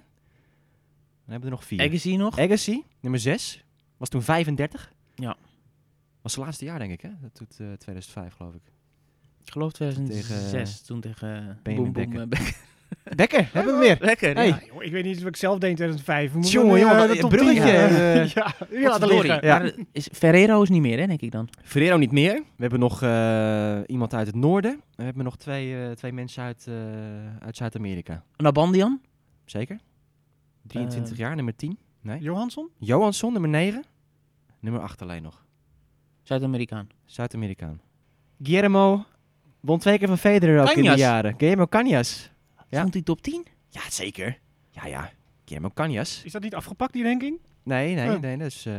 Dan hebben we er nog vier. Agassi nog. Agassi, nummer zes. Was toen vijfendertig. Ja. Was zijn laatste jaar, denk ik, hè? Dat doet uh, tweeduizend vijf, geloof ik. Ik geloof tweeduizend zes, tegen, toen tegen Boem Boem Becker. Becker, hebben we weer. Lekker, hey. Ja, joh, ik weet niet wat ik zelf deed in tweeduizend vijf. Jongen, jongen, dat bruggetje. Ja, ja, ja laten liggen. Ja. Maar is Ferrero is niet meer, hè, denk ik dan. Ferrero niet meer. We hebben nog uh, iemand uit het noorden. We hebben nog twee, uh, twee mensen uit, uh, uit Zuid-Amerika. Nabandian? Zeker. drieëntwintig uh, jaar, nummer tien. Nee. Johansson? Johansson, nummer negen. Nummer acht alleen nog. Zuid-Amerikaan. Zuid-Amerikaan. Guillermo won twee keer van Federer ook Cañas. In de jaren. Guillermo Cañas. Ja. Stond hij top tien? Ja, zeker. Ja, ja. Guillermo Cañas. Is dat niet afgepakt, die ranking? Nee, nee, oh. nee. Dat is uh,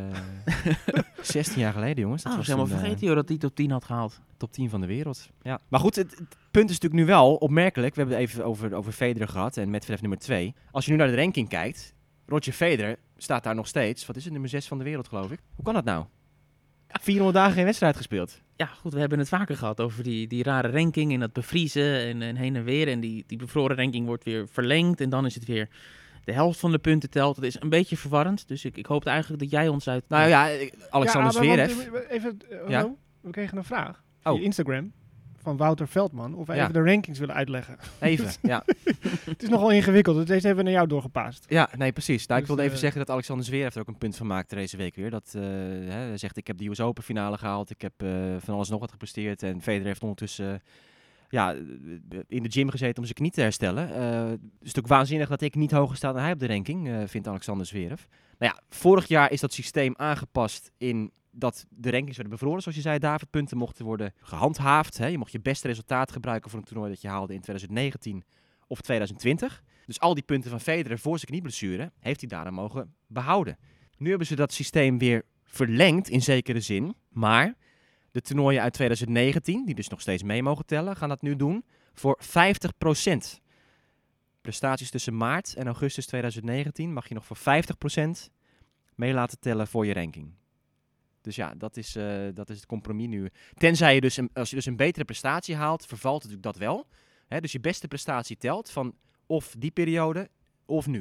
zestien jaar geleden, jongens. Dat ah, was helemaal een, vergeten joh, dat hij top tien had gehaald. Top tien van de wereld. Ja. Maar goed, het, het punt is natuurlijk nu wel opmerkelijk. We hebben het even over, over Federer gehad en Medvedev nummer twee. Als je nu naar de ranking kijkt, Roger Federer staat daar nog steeds. Wat is het, nummer zes van de wereld, geloof ik. Hoe kan dat nou? vierhonderd dagen geen wedstrijd gespeeld. Ja, goed, we hebben het vaker gehad over die, die rare ranking en dat bevriezen en, en heen en weer. En die, die bevroren ranking wordt weer verlengd en dan is het weer de helft van de punten telt. Het is een beetje verwarrend, dus ik, ik hoop eigenlijk dat jij ons uit... Nou ja, Alexander ja, Zverev. Even, uh, ja? hallo? We kregen een vraag oh. via Instagram van Wouter Veldman of wij ja. even de rankings willen uitleggen. Even, ja. Het is nogal ingewikkeld, dus deze hebben we naar jou doorgepaast. Ja, nee, precies. Nou, dus, ik wilde even uh, zeggen dat Alexander Zverev er ook een punt van maakte deze week weer. Dat uh, hè, hij zegt, ik heb de U S Open finale gehaald, ik heb uh, van alles nog wat gepresteerd. En Federer heeft ondertussen uh, ja, in de gym gezeten om zijn knie te herstellen. Uh, het is natuurlijk waanzinnig dat ik niet hoger sta dan hij op de ranking, uh, vindt Alexander Zverev. Nou ja, vorig jaar is dat systeem aangepast in dat de rankings werden bevroren, zoals je zei, David. Punten mochten worden gehandhaafd. Hè. Je mocht je beste resultaat gebruiken voor een toernooi dat je haalde in twintig negentien of twintig twintig. Dus al die punten van Federer voor zijn knieblessure heeft hij daarna mogen behouden. Nu hebben ze dat systeem weer verlengd in zekere zin. Maar de toernooien uit twintig negentien, die dus nog steeds mee mogen tellen, gaan dat nu doen voor vijftig procent. Prestaties tussen maart en augustus twintig negentien mag je nog voor vijftig procent mee laten tellen voor je ranking. Dus ja, dat is, uh, dat is het compromis nu. Tenzij je dus een, als je dus een betere prestatie haalt, vervalt natuurlijk dat wel. Hè, dus je beste prestatie telt van of die periode of nu.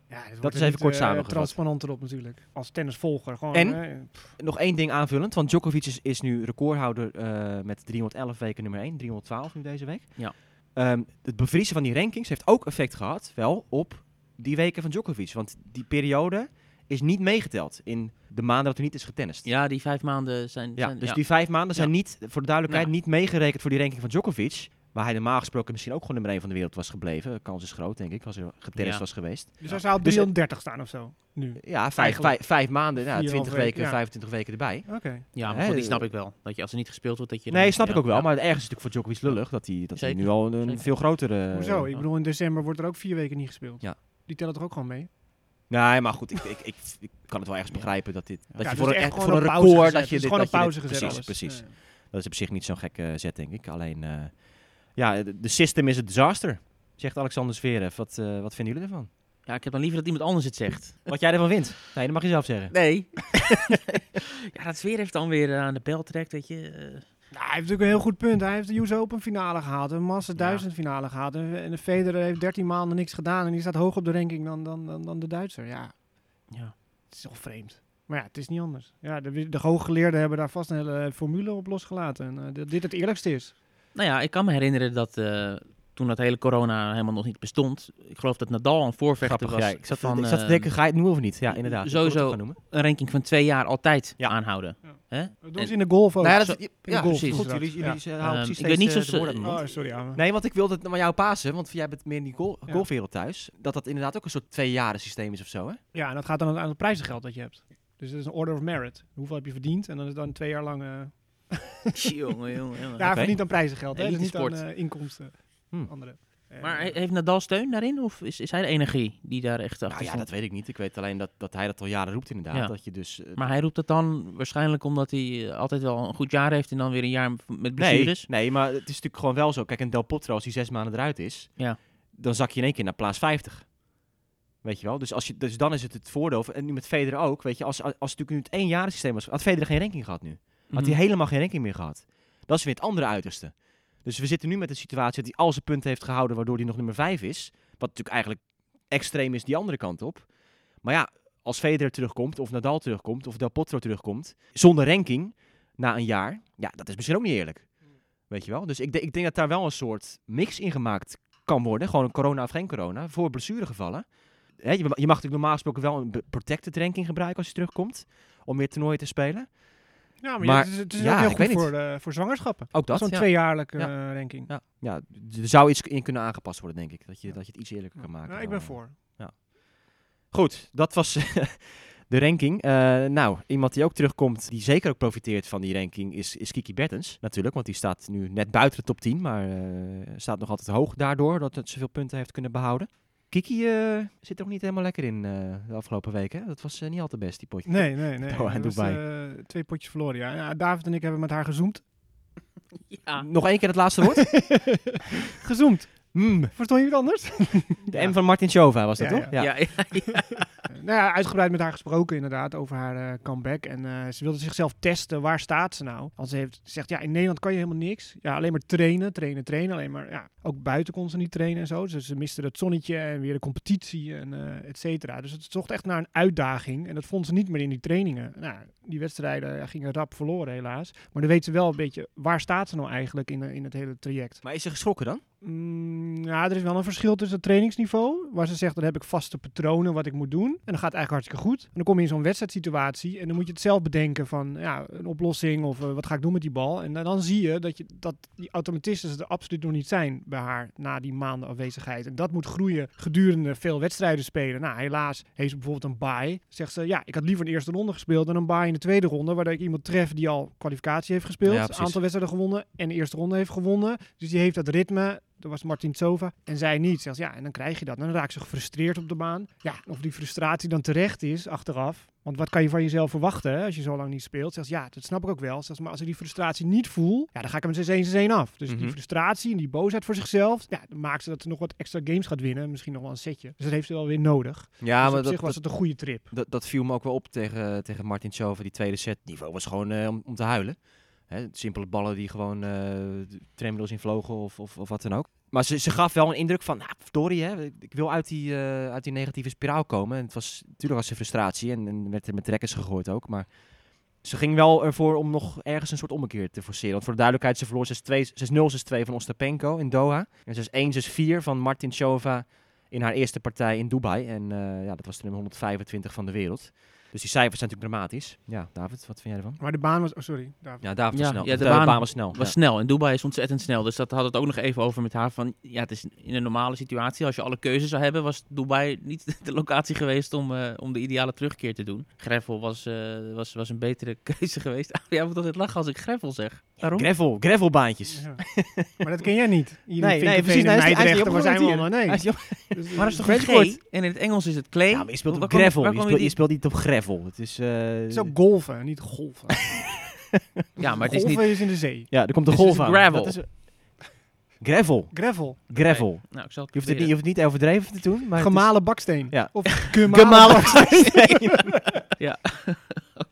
Ja, dit Dat wordt is er even niet, kort eh, samengevat. transparanter op natuurlijk. Als tennisvolger. Gewoon, En? eh, Nog één ding aanvullend, want Djokovic is, is nu recordhouder uh, met driehonderdelf weken nummer één, driehonderdtwaalf nu deze week. Ja. Um, het bevriezen van die rankings heeft ook effect gehad, wel, op die weken van Djokovic. Want die periode is niet meegeteld in de maanden dat er niet is getennist. Ja, die vijf maanden zijn... Ja, zijn dus ja. die vijf maanden zijn Ja. niet, voor de duidelijkheid, Ja. niet meegerekend voor die ranking van Djokovic. Waar hij normaal gesproken misschien ook gewoon nummer één van de wereld was gebleven. De kans is groot, denk ik, als er getennist Ja. was geweest. dus hij zou op Dus, eh, driehonderddertig staan of zo, nu. Ja, vijf, Eigenlijk. vijf, vijf maanden, ja, Vier en een twintig half weken, week, ja. vijfentwintig weken erbij. Oké. Ja, maar Hè, goed, die eh, snap ik wel. Dat je als er niet gespeeld wordt, dat je... Nee, dan- snap ik ja, ook wel. ja. Maar ergens is het natuurlijk voor Djokovic lullig dat hij, dat hij Zeker, nu al een zeker. veel grotere... Hoezo? eh, Ik bedoel, in december wordt er ook vier weken niet gespeeld. Ja. Die tellen toch ook gewoon mee? Nee, maar goed, ik, ik, ik, ik kan het wel ergens Ja. begrijpen dat dit... Dat Ja, je dus voor een, echt echt, gewoon voor een op pauze record gezet. dat je Dus dit... gewoon dat op je pauze dit- gezet Precies, alles. precies. Ja. Dat is op zich niet zo'n gekke zet, denk ik. Alleen, uh, ja, de, de system is een disaster, zegt Alexander Zverev. Wat, uh, wat vinden jullie ervan? Ja, ik heb dan liever dat iemand anders het zegt. Wat jij ervan vindt? Nee, dat mag je zelf zeggen. Nee. Ja, dat Zverev heeft dan weer uh, aan de bel trekt, weet je. Uh, Nou, hij heeft natuurlijk een heel goed punt. Hij heeft de U S Open finale gehad, een Masters Ja. duizend finale gehad. En en de Federer heeft dertien maanden niks gedaan en die staat hoger op de ranking dan, dan, dan, dan de Duitser. Ja, ja. het is toch vreemd. Maar ja, het is niet anders. Ja, de, de hooggeleerden hebben daar vast een hele formule op losgelaten. En uh, dat dit het eerlijkste is. Nou ja, ik kan me herinneren dat uh, toen dat hele corona helemaal nog niet bestond, ik geloof dat Nadal een voorvechter Grappig, was ja. Ik zat, van ik zat te uh, denken, ga je het noemen of niet? Ja, inderdaad. Ik wil het Sowieso ook gaan noemen. een ranking van twee jaar altijd Ja. aanhouden. Ja. Hè? Dat doen En- ze in de golf ook. Nou ja, Zo- dat, ja, de ja, golf precies. doen Goed, ze jullie, dat. jullie Ja. uh, houden Um, precies ik weet niet steeds, zo- uh, de woorden uit mijn Oh, mond. sorry. Ja. Nee, want ik wilde het naar jou pasen, want jij bent meer in die gol Ja. golfwereld thuis. Dat dat inderdaad ook een soort tweejaren systeem is of zo, hè? Ja, en dat gaat dan aan het prijzengeld dat je hebt. Dus het is een order of merit. Hoeveel heb je verdiend? En dan is het dan twee jaar lang... Uh, jongen, jongen, jongen. ja, Oké. verdiend aan prijzengeld. Hè? Dus Elite niet aan sport. uh, inkomsten. Hm. Andere. Eh, Maar he- heeft Nadal steun daarin? Of is, is hij de energie die daar echt achter Nou ja, stond? dat weet ik niet. Ik weet alleen dat, dat hij dat al jaren roept inderdaad. Ja. Dat je dus... uh, Maar hij roept dat dan waarschijnlijk omdat hij uh, altijd wel een goed jaar heeft en dan weer een jaar m- met nee, blessures? nee, maar het is natuurlijk gewoon wel zo. Kijk, een Del Potro, als hij zes maanden eruit is, Ja. dan zak je in één keer naar plaats vijftig. Weet je wel? Dus, als je, dus dan is het het voordeel. En nu met Federer ook. Weet je, als, als, als het natuurlijk nu het éénjaren systeem was, had Federer geen ranking gehad nu. Had Mhm. hij helemaal geen ranking meer gehad. Dat is weer het andere uiterste. Dus we zitten nu met de situatie dat hij al zijn punten heeft gehouden, waardoor hij nog nummer vijf is. Wat natuurlijk eigenlijk extreem is die andere kant op. Maar ja, als Federer terugkomt, of Nadal terugkomt, of Del Potro terugkomt, zonder ranking, na een jaar, ja, dat is misschien ook niet eerlijk. Weet je wel? Dus ik, de, ik denk dat daar wel een soort mix in gemaakt kan worden. Gewoon een corona of geen corona, voor blessuregevallen. Hè, je, je mag natuurlijk normaal gesproken wel een be- protected ranking gebruiken als je terugkomt, om weer toernooien te spelen. Ja, maar, Maar- het is, het is ja, ook heel ik weet goed niet. voor, uh, voor zwangerschappen. Ook dat, Zo'n ja. tweejaarlijke Ja. uh, ranking. Ja, ja, er zou iets in kunnen aangepast worden, denk ik. Dat je, dat je het iets eerlijker kan maken. Ja, ik dan, ben eh, voor. Goed, dat was de ranking. Uh, nou, iemand die ook terugkomt, die zeker ook profiteert van die ranking, is, is Kiki Bertens. Natuurlijk, want die staat nu net buiten de top tien, maar uh, staat nog altijd hoog daardoor, dat het zoveel punten heeft kunnen behouden. Kiki uh, zit er ook niet helemaal lekker in uh, de afgelopen weken. Dat was uh, niet al te best, die potje. Nee, nee, nee. Doha en Dat was, Dubai. uh, twee potjes verloren, ja. ja. David en ik hebben met haar gezoomd. Ja. Nog één keer het laatste woord? Gezoomd. Mm, Verstond je het anders? de Ja. M van Martin Chova was dat, Ja, toch? Ja, ja, ja. Nou ja, uitgebreid met haar gesproken inderdaad over haar uh, comeback. En uh, ze wilde zichzelf testen. Waar staat ze nou? Want ze heeft gezegd, ja, in Nederland kan je helemaal niks. Ja, alleen maar trainen, trainen, trainen. Alleen maar, ja, ook buiten kon ze niet trainen en zo. Dus ze miste het zonnetje en weer de competitie en uh, et cetera. Dus het zocht echt naar een uitdaging. En dat vond ze niet meer in die trainingen. Nou, die wedstrijden ja, gingen rap verloren helaas. Maar dan weet ze wel een beetje, waar staat ze nou eigenlijk in, in het hele traject? Maar is ze geschrokken dan? Mm, ja, er is wel een verschil tussen het trainingsniveau, waar ze zegt, dan heb ik vaste patronen wat ik moet doen. En dan gaat het eigenlijk hartstikke goed. En dan kom je in zo'n wedstrijdsituatie en dan moet je het zelf bedenken van, ja, een oplossing of uh, wat ga ik doen met die bal. En uh, dan zie je dat, je dat die automatismes er absoluut nog niet zijn bij haar na die maanden afwezigheid. En dat moet groeien gedurende veel wedstrijden spelen. Nou, helaas heeft ze bijvoorbeeld een bye. Zegt ze, ja, ik had liever een eerste ronde gespeeld dan een bye in de tweede ronde, waardoor ik iemand tref die al kwalificatie heeft gespeeld, Ja, een precies. aantal wedstrijden gewonnen en de eerste ronde heeft gewonnen. Dus die heeft dat ritme. Dat was Martin Chova. En zij niet. Zelfs, ja, en dan krijg je dat. En dan raak je gefrustreerd op de baan. Ja, of die frustratie dan terecht is achteraf. Want wat kan je van jezelf verwachten hè, als je zo lang niet speelt? Zelfs, ja, dat snap ik ook wel. Zelfs, maar als ik die frustratie niet voel, ja, dan ga ik hem zes één zes één af. Dus Mhm. die frustratie en die boosheid voor zichzelf, ja, dan maakt ze dat ze nog wat extra games gaat winnen. Misschien nog wel een setje. Dus dat heeft ze wel weer nodig. Ja, dus maar op dat, zich was dat, het een goede trip. dat, dat viel me ook wel op tegen, tegen Martin Chova. Die tweede set niveau was gewoon uh, om, om te huilen. Hè, simpele ballen die gewoon uh, tremloos in vlogen of, of, of wat dan ook. Maar ze, ze gaf wel een indruk van, nou, verdorie, hè, ik wil uit die, uh, uit die negatieve spiraal komen. En het was, natuurlijk was ze frustratie en, en werd er met trekkers gegooid ook. Maar ze ging wel ervoor om nog ergens een soort ommekeer te forceren. Want voor de duidelijkheid, ze verloor zes nul zes twee van Ostapenko in Doha. En zes een zes vier van Martincova in haar eerste partij in Dubai. En uh, ja, dat was de nummer honderdvijfentwintig van de wereld. Dus die cijfers zijn natuurlijk dramatisch. Ja, David, wat vind jij ervan? Maar de baan was... Oh, sorry. David. Ja, David was Ja, snel. ja, de, de baan, baan was snel. was ja. snel. En Dubai is ontzettend snel. Dus dat had het ook nog even over met haar van... Ja, het is in een normale situatie. Als je alle keuzes zou hebben, was Dubai niet de locatie geweest om, uh, om de ideale terugkeer te doen. Gravel was, uh, was, was een betere keuze geweest. Jij moet altijd lachen als ik gravel zeg. Waarom? Gravel, gravelbaantjes. Ja. Maar dat ken jij niet. Hier Nee, in nee, Vinkenveen precies. en Hij is- hij is Meidrecht, niet waar zijn we opgegroeid allemaal? Nee. Hij is jong- Dus, Maar dat is toch French een court. G? En in het Engels is het clay. Ja, maar je speelt Waar op kom- gravel. waar Je kom speelt, je die- speelt niet op gravel. Het is... Uh, Het is ook golfen, niet golven. Ja, maar het is golven niet... is in de zee. ja, er komt de Het is golf dus aan. gravel. Dat is, gravel. Gravel. Gravel. Nou, ik zal het Je hoeft, het niet, proberen. je hoeft het niet overdreven te doen. Maar Gemalen baksteen. Ja. Of het is gemalen gemalen baksteen. Ja. Oké.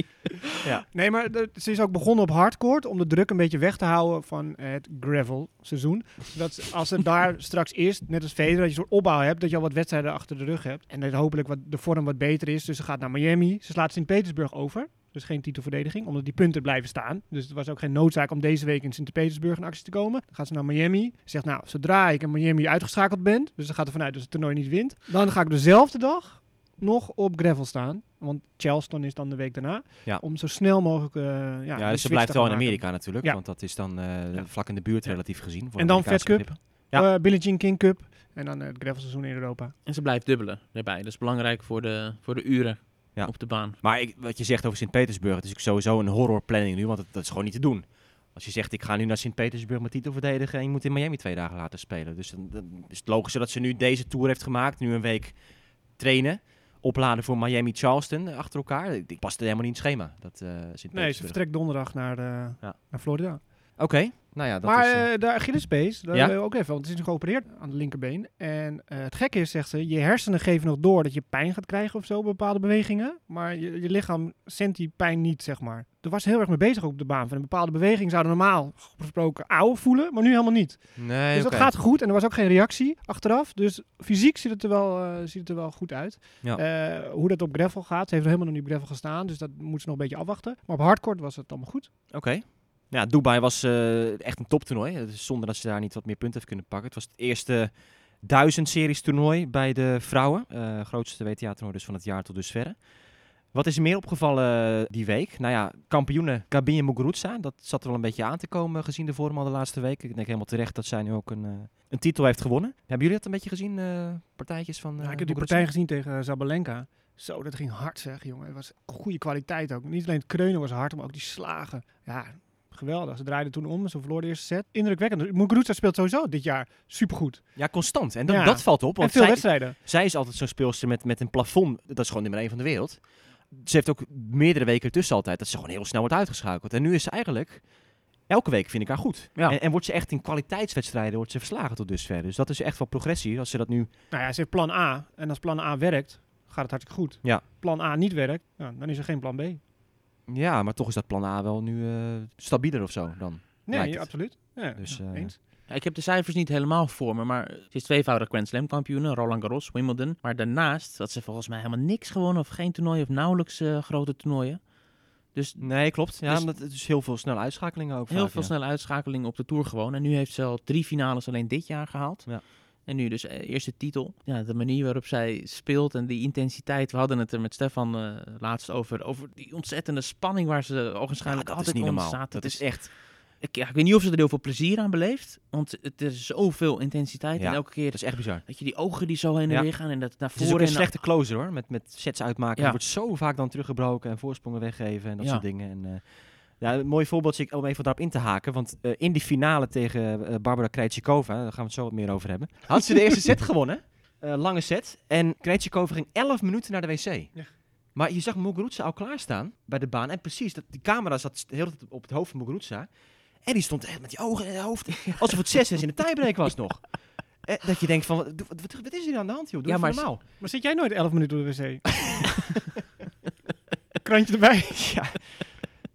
Ja. Nee, maar de- ze is ook begonnen op hardcourt om de druk een beetje weg te houden van het gravel seizoen. Zodat ze- als er daar straks is, net als Federer, dat je een soort opbouw hebt, dat je al wat wedstrijden achter de rug hebt. En dat hopelijk wat, de vorm wat beter is. Dus ze gaat naar Miami. Ze slaat Sint-Petersburg over. Dus geen titelverdediging, omdat die punten blijven staan. Dus er was ook geen noodzaak om deze week in Sint-Petersburg in actie te komen. Dan gaat ze naar Miami. Zegt, nou, zodra ik in Miami uitgeschakeld ben, dus ze gaat ervan uit dat ze het toernooi niet wint, dan ga ik dezelfde dag nog op gravel staan. Want Charleston is dan de week daarna. Ja. Om zo snel mogelijk uh, ja, Ja, die dus ze switch blijft te wel in gaan maken. Amerika natuurlijk. Ja. Want dat is dan uh, Ja. vlak in de buurt relatief gezien. Voor En dan Amerikaanse Fed Cup. begrippen. Ja. Uh, Billie Jean King Cup. En dan uh, het gravelseizoen in Europa. En ze blijft dubbelen erbij. Dat is belangrijk voor de, voor de uren Ja. op de baan. Maar ik, wat je zegt over Sint-Petersburg, het is ook sowieso een horrorplanning nu. Want dat, dat is gewoon niet te doen. Als je zegt, ik ga nu naar Sint-Petersburg mijn titel verdedigen en je moet in Miami twee dagen later spelen. Dus dan, dan is het logisch dat ze nu deze tour heeft gemaakt. Nu een week trainen. Opladen voor Miami Charleston achter elkaar. Ik past er helemaal niet in het schema. Dat, uh, Nee, ze vertrekt donderdag naar, uh, Ja. naar Florida. Oké, okay. nou ja, dat maar is... Uh, uh, de Achillespees, daar ja? wil ik ook even, want het is nu geopereerd aan de linkerbeen. En uh, het gekke is, zegt ze, je hersenen geven nog door dat je pijn gaat krijgen of zo bij bepaalde bewegingen. Maar je, je lichaam zendt die pijn niet, zeg maar. Er was heel erg mee bezig ook op de baan. Van een bepaalde beweging zouden normaal gesproken auw voelen, maar nu helemaal niet. nee, dus okay. dat gaat goed en er was ook geen reactie achteraf. Dus fysiek ziet het er wel, uh, ziet het er wel goed uit. Ja. Uh, hoe dat op gravel gaat, ze heeft nog helemaal nog niet op gravel gestaan, dus dat moet ze nog een beetje afwachten. Maar op hardcourt was het allemaal goed. Oké. Okay. Ja, Dubai was uh, echt een toptoernooi. Zonder dat ze daar niet wat meer punten heeft kunnen pakken. Het was het eerste duizend series toernooi bij de vrouwen. Uh, grootste W T A-toernooi dus van het jaar tot dusverre. Wat is er meer opgevallen die week? Nou ja, kampioene Gabine Muguruza. Dat zat er wel een beetje aan te komen gezien de vorm al de laatste week. Ik denk helemaal terecht dat zij nu ook een, uh, een titel heeft gewonnen. Hebben jullie dat een beetje gezien, uh, partijtjes van uh, ja, ik heb die Muguruza? partij gezien tegen Zabalenka. Zo, dat ging hard zeg, jongen. Het was goede kwaliteit ook. Niet alleen het kreunen was hard, maar ook die slagen. Ja, geweldig. Ze draaiden toen om, ze verloor de eerste set. Indrukwekkend. Muguruza speelt sowieso dit jaar supergoed. Ja, constant. En dat, ja. dat valt op. Want en veel zij, wedstrijden. Zij is altijd zo'n speelster met, met een plafond. Dat is gewoon nummer één van de wereld. Ze heeft ook meerdere weken ertussen altijd dat ze gewoon heel snel wordt uitgeschakeld. En nu is ze eigenlijk... Elke week vind ik haar goed. Ja. En, en wordt ze echt in kwaliteitswedstrijden wordt ze verslagen tot dusver. Dus dat is echt wel progressie. Als ze dat nu... Nou ja, ze heeft plan A. En als plan A werkt, gaat het hartstikke goed. Ja. Plan A niet werkt, ja, dan is er geen plan B. Ja, maar toch is dat plan A wel nu uh, stabieler of zo dan. Nee, absoluut. Ja, dus, ja, uh, eens. Ja, ik heb de cijfers niet helemaal voor me, maar ze is tweevoudig Grand Slam kampioen, Roland Garros, Wimbledon. Maar daarnaast had ze volgens mij helemaal niks gewonnen of geen toernooi of nauwelijks uh, grote toernooien. Dus nee, klopt. Ja, dus omdat het is heel veel snelle uitschakelingen ook. Heel vaak, veel ja. snelle uitschakelingen op de Tour gewoon. En nu heeft ze al drie finales alleen dit jaar gehaald. Ja. En nu dus uh, eerste titel. Ja, de manier waarop zij speelt en die intensiteit. We hadden het er met Stefan uh, laatst over. Over die ontzettende spanning waar ze ogenschijnlijk ja, dat altijd is niet onder normaal. staat. Dat, dat is echt... Ik, ja, ik weet niet of ze er heel veel plezier aan beleeft. Want het is zoveel intensiteit. Ja, en elke keer... dat is echt bizar. Dat je die ogen die zo heen en ja. weer gaan. En dat naar Het is voren ook een en slechte closer hoor. Met, met sets uitmaken. Ja. Die wordt zo vaak dan teruggebroken en voorsprongen weggeven en dat Ja. soort dingen. En, uh, ja, een mooi voorbeeld om even daarop in te haken. Want uh, in die finale tegen uh, Barbara Krejcikova, daar gaan we het zo wat meer over hebben, had ze de eerste set gewonnen. Uh, lange set. En Krejcikova ging elf minuten naar de wc. Ja. Maar je zag Muguruza al klaarstaan bij de baan. En precies, dat, die camera zat de hele tijd op het hoofd van Muguruza. En die stond echt met die ogen in het hoofd. Alsof het zes zes in de tiebreak was nog. Eh, dat je denkt van, wat, wat, wat is hier aan de hand joh? Doe Ja, ja, maar normaal. Maar zit jij nooit elf minuten op de wc? Krantje erbij. Ja.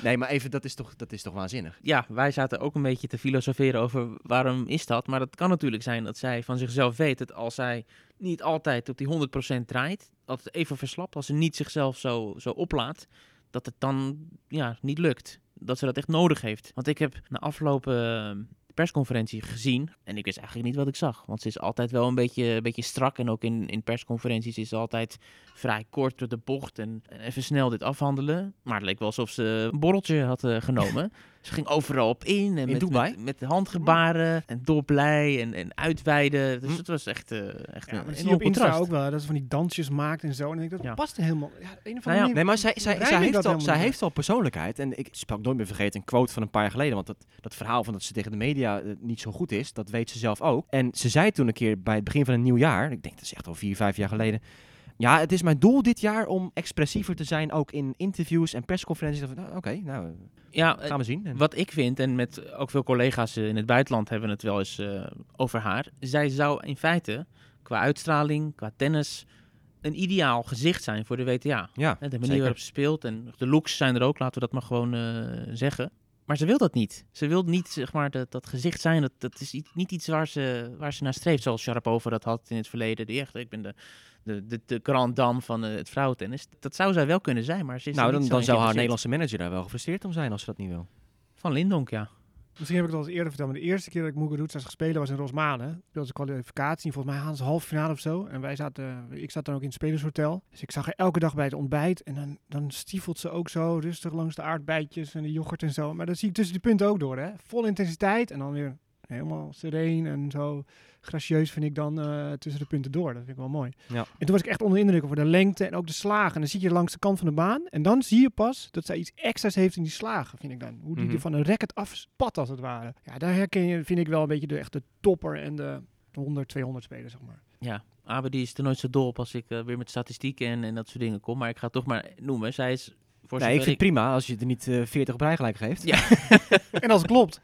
Nee, maar even, dat is toch, dat is toch waanzinnig? Ja, wij zaten ook een beetje te filosoferen over waarom is dat. Maar dat kan natuurlijk zijn dat zij van zichzelf weet dat als zij niet altijd op die honderd procent draait, altijd even verslapt, als ze niet zichzelf zo, zo oplaat, dat het dan ja, niet lukt. Dat ze dat echt nodig heeft. Want ik heb na afgelopen persconferentie gezien en ik wist eigenlijk niet wat ik zag. Want ze is altijd wel een beetje, een beetje strak en ook in, in persconferenties is ze altijd vrij kort door de bocht en even snel dit afhandelen. Maar het leek wel alsof ze een borreltje had uh, genomen. Ze ging overal op in. En in met, Dubai? met, met handgebaren en dolblij en, en uitweiden. Dus Hm. het was echt, uh, echt Ja, een maar dat zie je enorm op Insta contrast. ook wel, dat ze van die dansjes maakt en zo. En ik denk, dat Ja. past helemaal. Ja, een of andere Nou ja, manier Nee, maar zij, zij, rijm zij, ik heeft, dat al, helemaal zij niet. heeft al persoonlijkheid. En ik zal ook nooit meer vergeten een quote van een paar jaar geleden. Want dat, dat verhaal van dat ze tegen de media uh, niet zo goed is, dat weet ze zelf ook. En ze zei toen een keer bij het begin van een nieuw jaar, ik denk dat is echt al vier, vijf jaar geleden. Ja, het is mijn doel dit jaar om expressiever te zijn, ook in interviews en persconferenties. Nou, Oké, okay, nou, Ja, gaan we zien. En wat ik vind, en met ook veel collega's in het buitenland hebben we het wel eens uh, over haar. Zij zou in feite, qua uitstraling, qua tennis, een ideaal gezicht zijn voor de W T A. ja, Hè, de manier zeker. waarop ze speelt en de looks zijn er ook, laten we dat maar gewoon uh, zeggen. Maar ze wil dat niet. Ze wil niet, zeg maar, dat, dat gezicht zijn. Dat, dat is iets, niet iets waar ze, waar ze naar streeft, zoals Sharapova dat had in het verleden. Die echt, ik ben de, de, de, de grand dame van uh, het vrouwentennis. Dat zou zij wel kunnen zijn, maar ze is er Nou, niet dan, zo dan in zou haar geïnteresseerd. Nederlandse manager daar wel gefrustreerd om zijn als ze dat niet wil. Van Lindonk, ja. Misschien heb ik het al eens eerder verteld, maar de eerste keer dat ik Muguruza zag spelen was in Rosmalen. Speelde ze kwalificatie, volgens mij hadden ze halve finale of zo. En wij zaten, ik zat dan ook in het spelershotel. Dus ik zag haar elke dag bij het ontbijt. En dan, dan stiefelt ze ook zo rustig langs de aardbeidjes en de yoghurt en zo. Maar dat zie ik tussen die punten ook door, hè. Vol intensiteit en dan weer helemaal sereen en zo gracieus vind ik dan uh, tussen de punten door. Dat vind ik wel mooi. Ja. En toen was ik echt onder de indruk over de lengte en ook de slagen. En dan zie je langs de kant van de baan. En dan zie je pas dat zij iets extra's heeft in die slagen, vind ik dan. Hoe die Mhm. er van een racket afspat, als het ware. Ja, daar herken je, vind ik wel een beetje de echte topper en de honderd, tweehonderd spelers, zeg maar. Ja, Abe die is er nooit zo dol op als ik uh, weer met statistieken en, en dat soort dingen kom. Maar ik ga het toch maar noemen. Zij is voor Nee, ik zover vind het prima als je er niet uh, veertig op rij gelijk geeft. Ja. En als het klopt.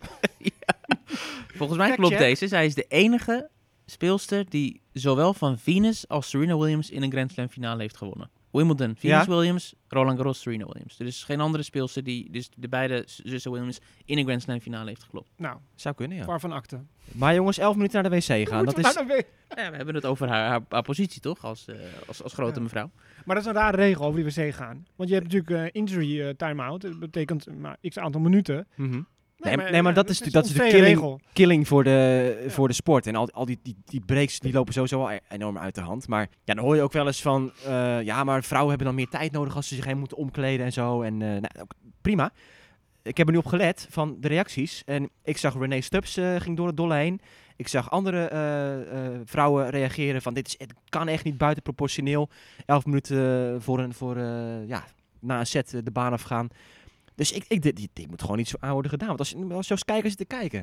Volgens mij Fact klopt check. deze. Zij is de enige speelster die zowel van Venus als Serena Williams in een Grand Slam finale heeft gewonnen. Wimbledon, Venus Ja? Williams, Roland Garros, Serena Williams. Er is geen andere speelster die dus de beide zussen Williams in een Grand Slam finale heeft geklopt. Nou, Zou kunnen, ja. waarvan akte. Maar jongens, elf minuten naar de wc gaan. Dat is... Nou weer? Ja, we hebben het over haar, haar, haar positie toch, als, uh, als, als grote Ja. mevrouw. Maar dat is een rare regel over die wc gaan. Want je hebt natuurlijk uh, injury uh, time-out. Dat betekent maar x aantal minuten. Mhm. Nee, maar- nee, maar dat is- een dat is de onfaire killing- regel. Killing voor de, Ja. voor de sport. En al, al die, die, die breaks die lopen sowieso al e- enorm uit de hand. Maar ja, dan hoor je ook wel eens van... uh, ja, maar vrouwen hebben dan meer tijd nodig als ze zich heen moeten omkleden en zo. En uh, nou, ook prima. Ik heb er nu op gelet van de reacties. En ik zag Renee Stubbs uh, ging door het dolle heen. Ik zag andere uh, uh, vrouwen reageren van... dit is, het kan echt niet buitenproportioneel. Elf minuten voor een, voor, uh, ja, na een set uh, de baan afgaan. Dus ik, ik, dit, dit, dit moet gewoon niet zo aan worden gedaan. Want als, je- als je als kijker zit te kijken...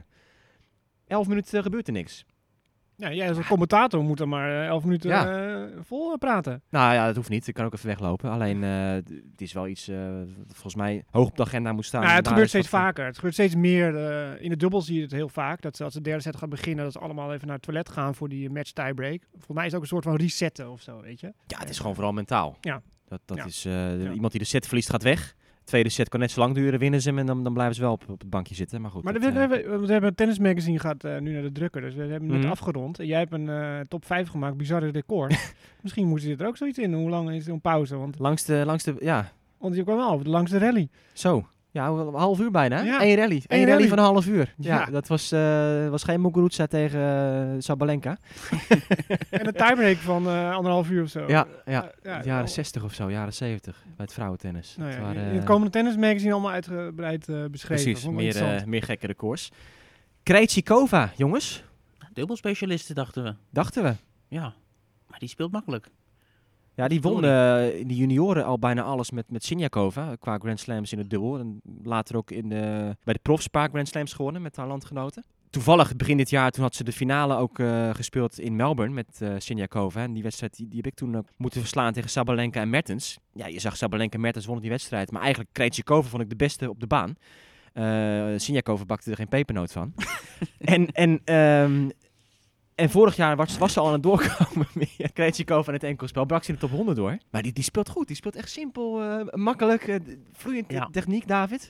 Elf minuten uh, gebeurt er niks. Ja, jij als commentator moet dan maar uh, elf minuten Ja. uh, vol uh, praten. Nou ja, dat hoeft niet. Ik kan ook even weglopen. Alleen, uh, d- het is wel iets uh, dat volgens mij hoog op de agenda moet staan. Nou, het Daar gebeurt is wat steeds voor- vaker. Het gebeurt steeds meer. Uh, in de dubbel zie je het heel vaak. Dat ze als de derde set gaat beginnen, dat ze allemaal even naar het toilet gaan voor die match tiebreak. Volgens mij is het ook een soort van resetten of zo, weet je. Ja, het is gewoon vooral mentaal. Ja. Dat, dat Ja. is, uh, Ja. iemand die de set verliest gaat weg. Tweede set kan net zo lang duren, winnen ze hem en dan, dan blijven ze wel op, op het bankje zitten. Maar goed. Maar dat, we, uh, hebben, we hebben een tennismagazine gaat uh, nu naar de drukker, dus we hebben net Mhm. afgerond. En jij hebt een uh, top vijf gemaakt, bizarre record. Misschien moest je er ook zoiets in. Hoe lang is zo'n pauze? Want, langs de, langs de, ja, want je kwam wel over de langste rally. zo. Ja, een half uur bijna. Ja. Eén rally. Eén rally. rally. van een half uur. Ja, Ja. dat was, uh, was geen Muguruza tegen uh, Sabalenka. En een tiebreak van uh, anderhalf uur of zo. Ja, ja. Uh, ja, jaren oh. zestig of zo, jaren zeventig. Bij het vrouwentennis. Nou Dat ja, waren, in uh, het komende tennismagazine allemaal uitgebreid uh, beschreven. Precies, Vond ik wel meer, interessant. uh, meer gekke records. Krejcikova, jongens. Dubbelspecialisten dachten we. Dachten we. Ja, maar die speelt makkelijk. Ja, die won Verdorie. uh, in de junioren al bijna alles met, met Siniakova. Qua Grand Slams in het dubbel. En later ook in de, bij de profs een paar Grand Slams gewonnen met haar landgenoten. Toevallig begin dit jaar, toen had ze de finale ook uh, gespeeld in Melbourne met uh, Siniakova. En die wedstrijd die, die heb ik toen uh, moeten verslaan tegen Sabalenka en Mertens. Ja, je zag Sabalenka en Mertens wonnen die wedstrijd. Maar eigenlijk Krejcikova vond ik de beste op de baan. Uh, Siniakova bakte er geen pepernoot van. en, en, um, en vorig jaar was, was ze al aan het doorkomen. Krejcikova in het enkelspel. Brak ze in de top honderd door. Maar die, die speelt goed. Die speelt echt simpel, uh, makkelijk. Uh, vloeiend Ja. techniek, David.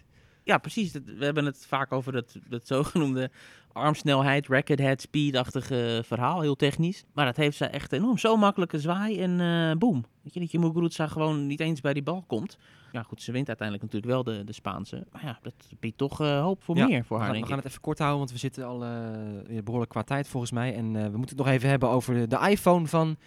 Ja, precies. Dat, we hebben het vaak over dat, dat zogenoemde armsnelheid, racket head speed-achtige verhaal, heel technisch. Maar dat heeft ze echt enorm. Zo makkelijke zwaai en uh, boom. Weet je, dat je Muguruza gewoon niet eens bij die bal komt. Ja goed, ze wint uiteindelijk natuurlijk wel de, de Spaanse. Maar ja, dat biedt toch uh, hoop voor ja, meer voor we haar, gaan, denk we gaan ik. het even kort houden, want we zitten al uh, behoorlijk qua tijd volgens mij. En uh, we moeten het nog even hebben over de, de iPhone van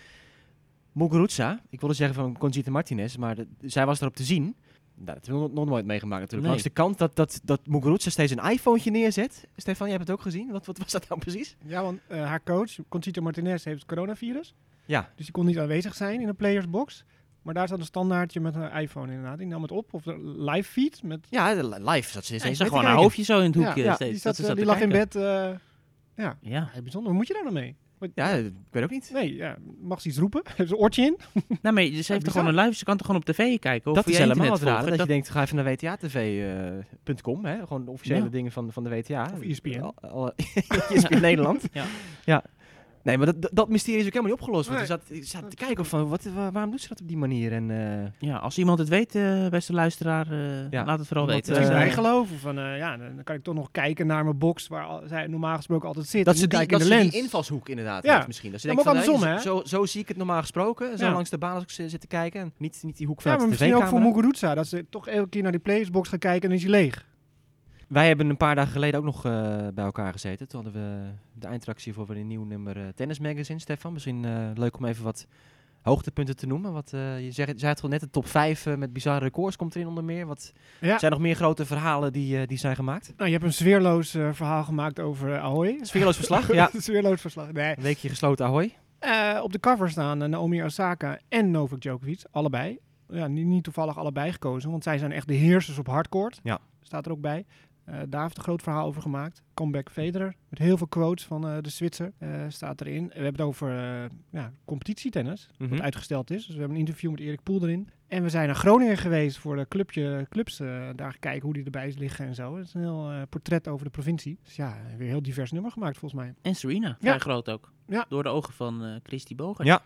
Muguruza. Ik wilde zeggen van Conchita Martinez, maar de, zij was erop te zien. Nou, dat hebben we nog, nog nooit meegemaakt natuurlijk. Nee. Langs de kant dat, dat, dat Muguruza steeds een iPhone'tje neerzet. Stefan, jij hebt het ook gezien. Wat, wat was dat nou precies? Ja, want uh, haar coach, Conchita Martinez, heeft het coronavirus. Ja. Dus die kon niet aanwezig zijn in de playersbox. Maar daar zat een standaardje met een iPhone inderdaad. Die nam het op. Of de live feed. Met... Ja, live zat ze Ja, steeds ze mee te gewoon haar kijken. hoofdje zo in het hoekje. Ja, ja, steeds. die, Dat zat, ze uh, die te lag in kijken. bed. Uh, ja, Ja. heel bijzonder. Wat moet je daar nou mee? Wat, Ja, ik weet ook niet. Nee, ja, mag ze iets roepen? Heeft ze een oortje in? Nou, maar ze heeft bizar. er gewoon een live. Ze kan toch gewoon op tv kijken? Of Dat via is helemaal het internet rare. volgen. Dat je denkt, ga even naar w t a t v punt com. Hè? Gewoon de officiële Ja. dingen van, van de W T A. Of E S P N. Al- al- E S P N Nederland. Ja. Ja. Nee, maar dat, dat, dat mysterie is ook helemaal niet opgelost. Want Nee. we zaten zat te kijken van, wat, wa- waarom doet ze dat op die manier? En, uh, Ja, als iemand het weet, uh, beste luisteraar, uh, Ja. laat het vooral Iemand, weten. Misschien Eh, mij geloven van, uh, ja, dan kan ik toch nog kijken naar mijn box waar al, zij normaal gesproken altijd zit. dat Ik ze moet die, kijken dat in ze de die lens. invalshoek inderdaad Ja. heeft misschien. Dat ze Ja, denkt maar van, ook andersom, hey, hè? zo, zo zie ik het normaal gesproken. Zo Ja. langs de baan als ik ze zit te kijken. En niet, niet die hoek Ja, van maar de misschien ook voor tv-camera. Muguruza. Dat ze toch elke keer naar die playersbox gaan kijken en dan is hij leeg. Wij hebben een paar dagen geleden ook nog uh, bij elkaar gezeten. Toen hadden we de eindtractie voor weer een nieuw nummer uh, Tennis Magazine, Stefan. Misschien uh, leuk om even wat hoogtepunten te noemen. Wat, uh, je zei, zei het al net, de top vijf uh, met bizarre records komt erin onder meer. Wat Ja. zijn nog meer grote verhalen die, uh, die zijn gemaakt? Nou, je hebt een sfeerloos uh, verhaal gemaakt over uh, Ahoy. Sfeerloos verslag, ja. Sfeerloos verslag, nee. Een weekje gesloten Ahoy. Uh, op de cover staan uh, Naomi Osaka en Novak Djokovic, allebei. Ja, niet, niet toevallig allebei gekozen, want zij zijn echt de heersers op hardcourt. Ja. Staat er ook bij. Uh, daar heeft een groot verhaal over gemaakt. Comeback Federer, met heel veel quotes van uh, de Zwitser, uh, staat erin. We hebben het over uh, ja, competitietennis, Mm-hmm. wat uitgesteld is. Dus we hebben een interview met Erik Poel erin. En we zijn naar Groningen geweest voor de clubje, clubs, uh, daar kijken hoe die erbij liggen en zo. Het is een heel uh, portret over de provincie. Dus ja, weer een heel divers nummer gemaakt volgens mij. En Serena, vrij groot ook. Ja. Door de ogen van uh, Christy Boger. Ja.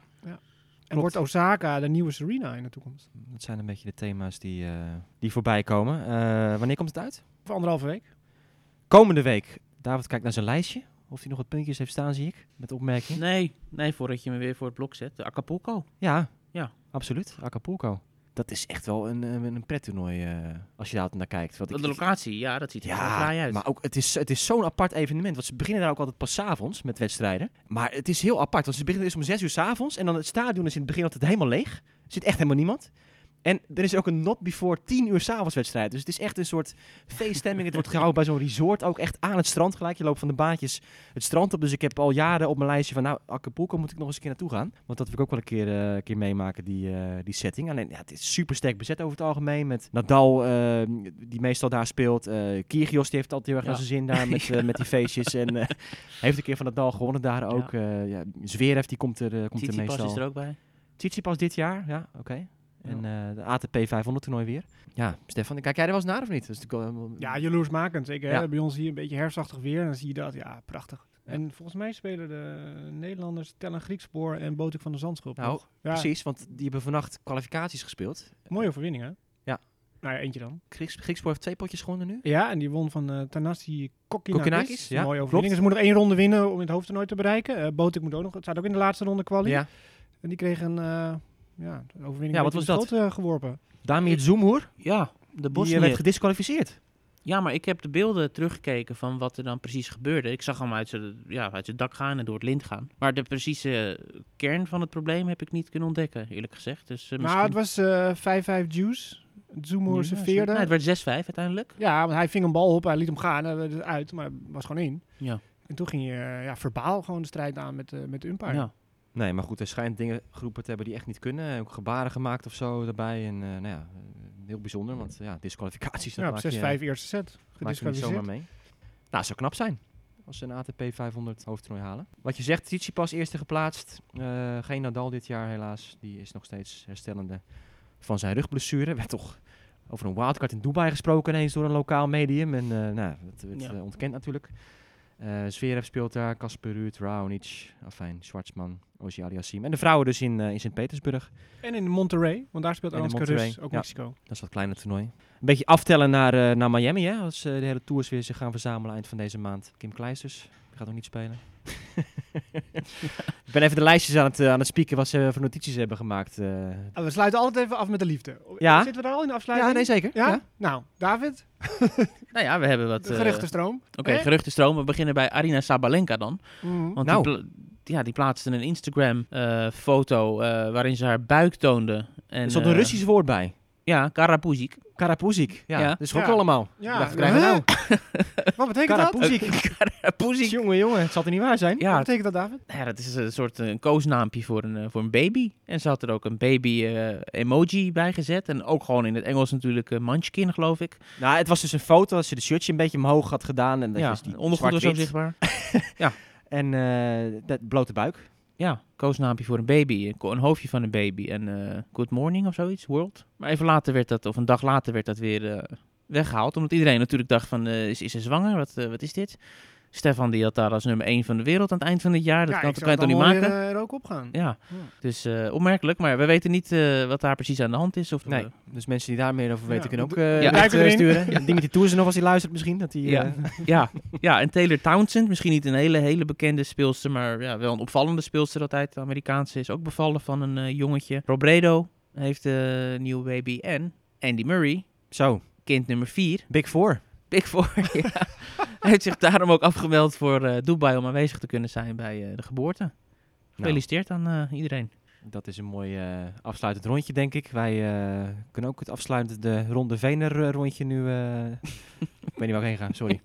En wordt Osaka de nieuwe Serena in de toekomst? Dat zijn een beetje de thema's die, uh, die voorbij komen. Uh, wanneer komt het uit? Voor anderhalve week. Komende week. David kijkt naar zijn lijstje. Of hij nog wat puntjes heeft staan, zie ik. Met opmerkingen. Nee, nee, voordat je me weer voor het blok zet. De Acapulco. Ja, Ja. absoluut. Acapulco. Dat is echt wel een, een, een prettoernooi uh, als je daar naar kijkt. Wat De ik, locatie, ja, dat ziet er ja, vrij uit. Maar ook, het is, het is zo'n apart evenement. Want ze beginnen daar ook altijd pas 's avonds met wedstrijden. Maar het is heel apart. Want ze beginnen dus om zes uur 's avonds. En dan het stadion is in het begin altijd helemaal leeg. Er zit echt helemaal niemand. En er is ook een not before tien uur 's avonds wedstrijd. Dus het is echt een soort feeststemming. Het wordt gehouden bij zo'n resort. Ook echt aan het strand gelijk. Je loopt van de baantjes het strand op. Dus ik heb al jaren op mijn lijstje van... Nou, Acapulco moet ik nog eens een keer naartoe gaan. Want dat wil ik ook wel een keer, uh, een keer meemaken, die, uh, die setting. Alleen, ja, het is super sterk bezet over het algemeen. Met Nadal, uh, die meestal daar speelt. Uh, Kyrgios, die heeft altijd heel erg naar Ja. zijn zin daar met, uh, met die feestjes. En uh, heeft een keer van Nadal gewonnen daar ook. Uh, ja, Zverev, die komt er, uh, komt er Tsitsipas meestal. is er ook bij. Tsitsipas dit jaar, ja, oké. Okay. En uh, de A T P vijfhonderd toernooi weer. Ja, Stefan, kijk jij er wel eens naar of niet? Dat is natuurlijk wel, uh, Ja, jaloersmakend. Zeker Ja. hè? Bij ons hier een beetje herfstachtig weer. En dan zie je dat. Ja, prachtig. Ja. En volgens mij spelen de Nederlanders Tellen Griekspoor en Botik van de Zandschulp. Nou, nog. Ja, precies, want die hebben vannacht kwalificaties gespeeld. mooie overwinning, hè? Ja. Nou ja, eentje dan. Grieks, Griekspoor heeft twee potjes gewonnen nu. Ja, en die won van uh, Tanasi Kokkinakis. Kokkinakis, ja, Mooie klopt. overwinning. Dus ze moet nog één ronde winnen om in het hoofdtoernooi te bereiken. Uh, Botik moet ook nog. Het staat ook in de laatste ronde kwalie. Ja. En die kreeg een uh, ja, een overwinning. Ja, wat was dat? Uh, geworpen. Damir Zoemhoer, Ja, de die Bosnier. uh, werd gedisqualificeerd. Ja, maar ik heb de beelden teruggekeken van wat er dan precies gebeurde. Ik zag hem uit zijn ja, uit zijn dak gaan en door het lint gaan. Maar de precieze kern van het probleem heb ik niet kunnen ontdekken, eerlijk gezegd. Dus, uh, Nou, het was uh, vijf vijf juice. Zoemhoer ja, serveerde. Nou, het werd zes vijf uiteindelijk. Ja, want hij ving een bal op, hij liet hem gaan, hij werd het uit, maar het was gewoon in. Ja. En toen ging je uh, ja, verbaal gewoon de strijd aan met, uh, met de umpire. Ja. Nee, maar goed, hij schijnt dingen geroepen te hebben die echt niet kunnen. Ook gebaren gemaakt of zo erbij. En uh, nou ja, heel bijzonder, want ja, disqualificaties, dat Ja, op maak zes vijf je, eerste set. maak je niet Gedisqualificeerd. zomaar mee. Nou, het zou knap zijn als ze een A T P vijfhonderd hoofdtoernooi halen. Wat je zegt, Tsitsipas eerste geplaatst. Uh, geen Nadal dit jaar helaas. Die is nog steeds herstellende van zijn rugblessure. Er werd toch over een wildcard in Dubai gesproken ineens door een lokaal medium. En uh, nou, dat werd Ja. uh, ontkend natuurlijk. Uh, Zverev speelt daar, Casper Ruud, Raonic, afijn, Schwartzman, Ogier Aliassime. En de vrouwen dus in, uh, in Sint-Petersburg. En in Monterrey, want daar speelt Aranska Rus, ook ja. Mexico. Dat is dat kleine toernooi. Een beetje aftellen naar, uh, naar Miami, hè, als uh, de hele tours weer zich gaan verzamelen eind van deze maand. Kim Kleisters, die gaat nog niet spelen. Ik ben even de lijstjes aan het, uh, aan het spieken wat ze voor notities hebben gemaakt. Uh. Oh, we sluiten altijd even af met de liefde. Ja. Zitten we daar al in de afsluiting? Ja, nee, zeker. Ja? Ja? Nou, David? Nou ja, we hebben wat... De uh, geruchtenstroom. Oké, okay, geruchtenstroom. We beginnen bij Aryna Sabalenka dan. Mm. Want Nou. die, pla- ja, die plaatste een Instagram-foto uh, uh, waarin ze haar buik toonde. En, Er stond uh, een Russisch woord bij. Ja, Karapuzik. Karapuzik. Ja, Ja. dus schrok Ja. allemaal. Ja. Wat krijgen we nou? Wat betekent dat? Karapuzik. Karapuzik. Jongen, jongen, het zal er niet waar zijn. Ja, Wat betekent dat, David? ja, dat is een soort een koosnaampje voor een, uh, voor een baby. En ze had er ook een baby-emoji bij gezet. En ook gewoon in het Engels natuurlijk uh, Munchkin, geloof ik. Nou, het was dus een foto dat ze de shirtje een beetje omhoog had gedaan. En dat Ja, was die ondergoed was ook zwart-wit. zichtbaar. En uh, dat blote buik. Ja, koosnaampje voor een baby. Een, ko- een hoofdje van een baby. En uh, Good Morning of zoiets, World. Maar even later werd dat, of een dag later werd dat weer uh, weggehaald. Omdat iedereen natuurlijk dacht van, uh, is, is ze zwanger? Wat, uh, wat is dit? Stefan die had daar als nummer één van de wereld aan het eind van dit jaar. Dat ja, kan, ik dat zou kan je het toch niet allemaal maken? weer, uh, er ook opgaan. Ja, Ja. dus uh, opmerkelijk. Maar we weten niet uh, wat daar precies aan de hand is. Of Nee, uh, dus mensen die daar meer over weten Ja, kunnen ook de- uh, ja, berichten duiken erin. sturen. Ja. Dimitri Toersen nog als hij luistert misschien. Dat die, uh, Ja. ja, ja, en Taylor Townsend, misschien niet een hele, hele bekende speelster, maar ja, wel een opvallende speelster altijd. De Amerikaanse is ook bevallen van een uh, jongetje. Robredo heeft een uh, nieuwe baby. En Andy Murray, Zo, kind nummer vier. Big Four. Big Four, ja. Hij heeft zich daarom ook afgemeld voor uh, Dubai om aanwezig te kunnen zijn bij uh, de geboorte. Gefeliciteerd aan uh, iedereen. Dat is een mooi uh, afsluitend rondje, denk ik. Wij uh, kunnen ook het afsluitende Ronde Vener uh, rondje nu... Uh... ik weet niet waar ik heen ga, sorry.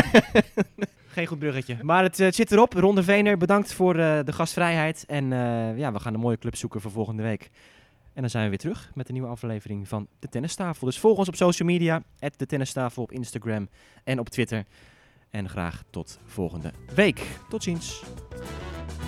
Geen goed bruggetje. Maar het, uh, het zit erop. Ronde Vener, bedankt voor uh, de gastvrijheid. En uh, ja, we gaan een mooie club zoeken voor volgende week. En dan zijn we weer terug met een nieuwe aflevering van De Tennistafel. Dus volg ons op social media, at De Tennistafel op Instagram en op Twitter. En graag tot volgende week. Tot ziens.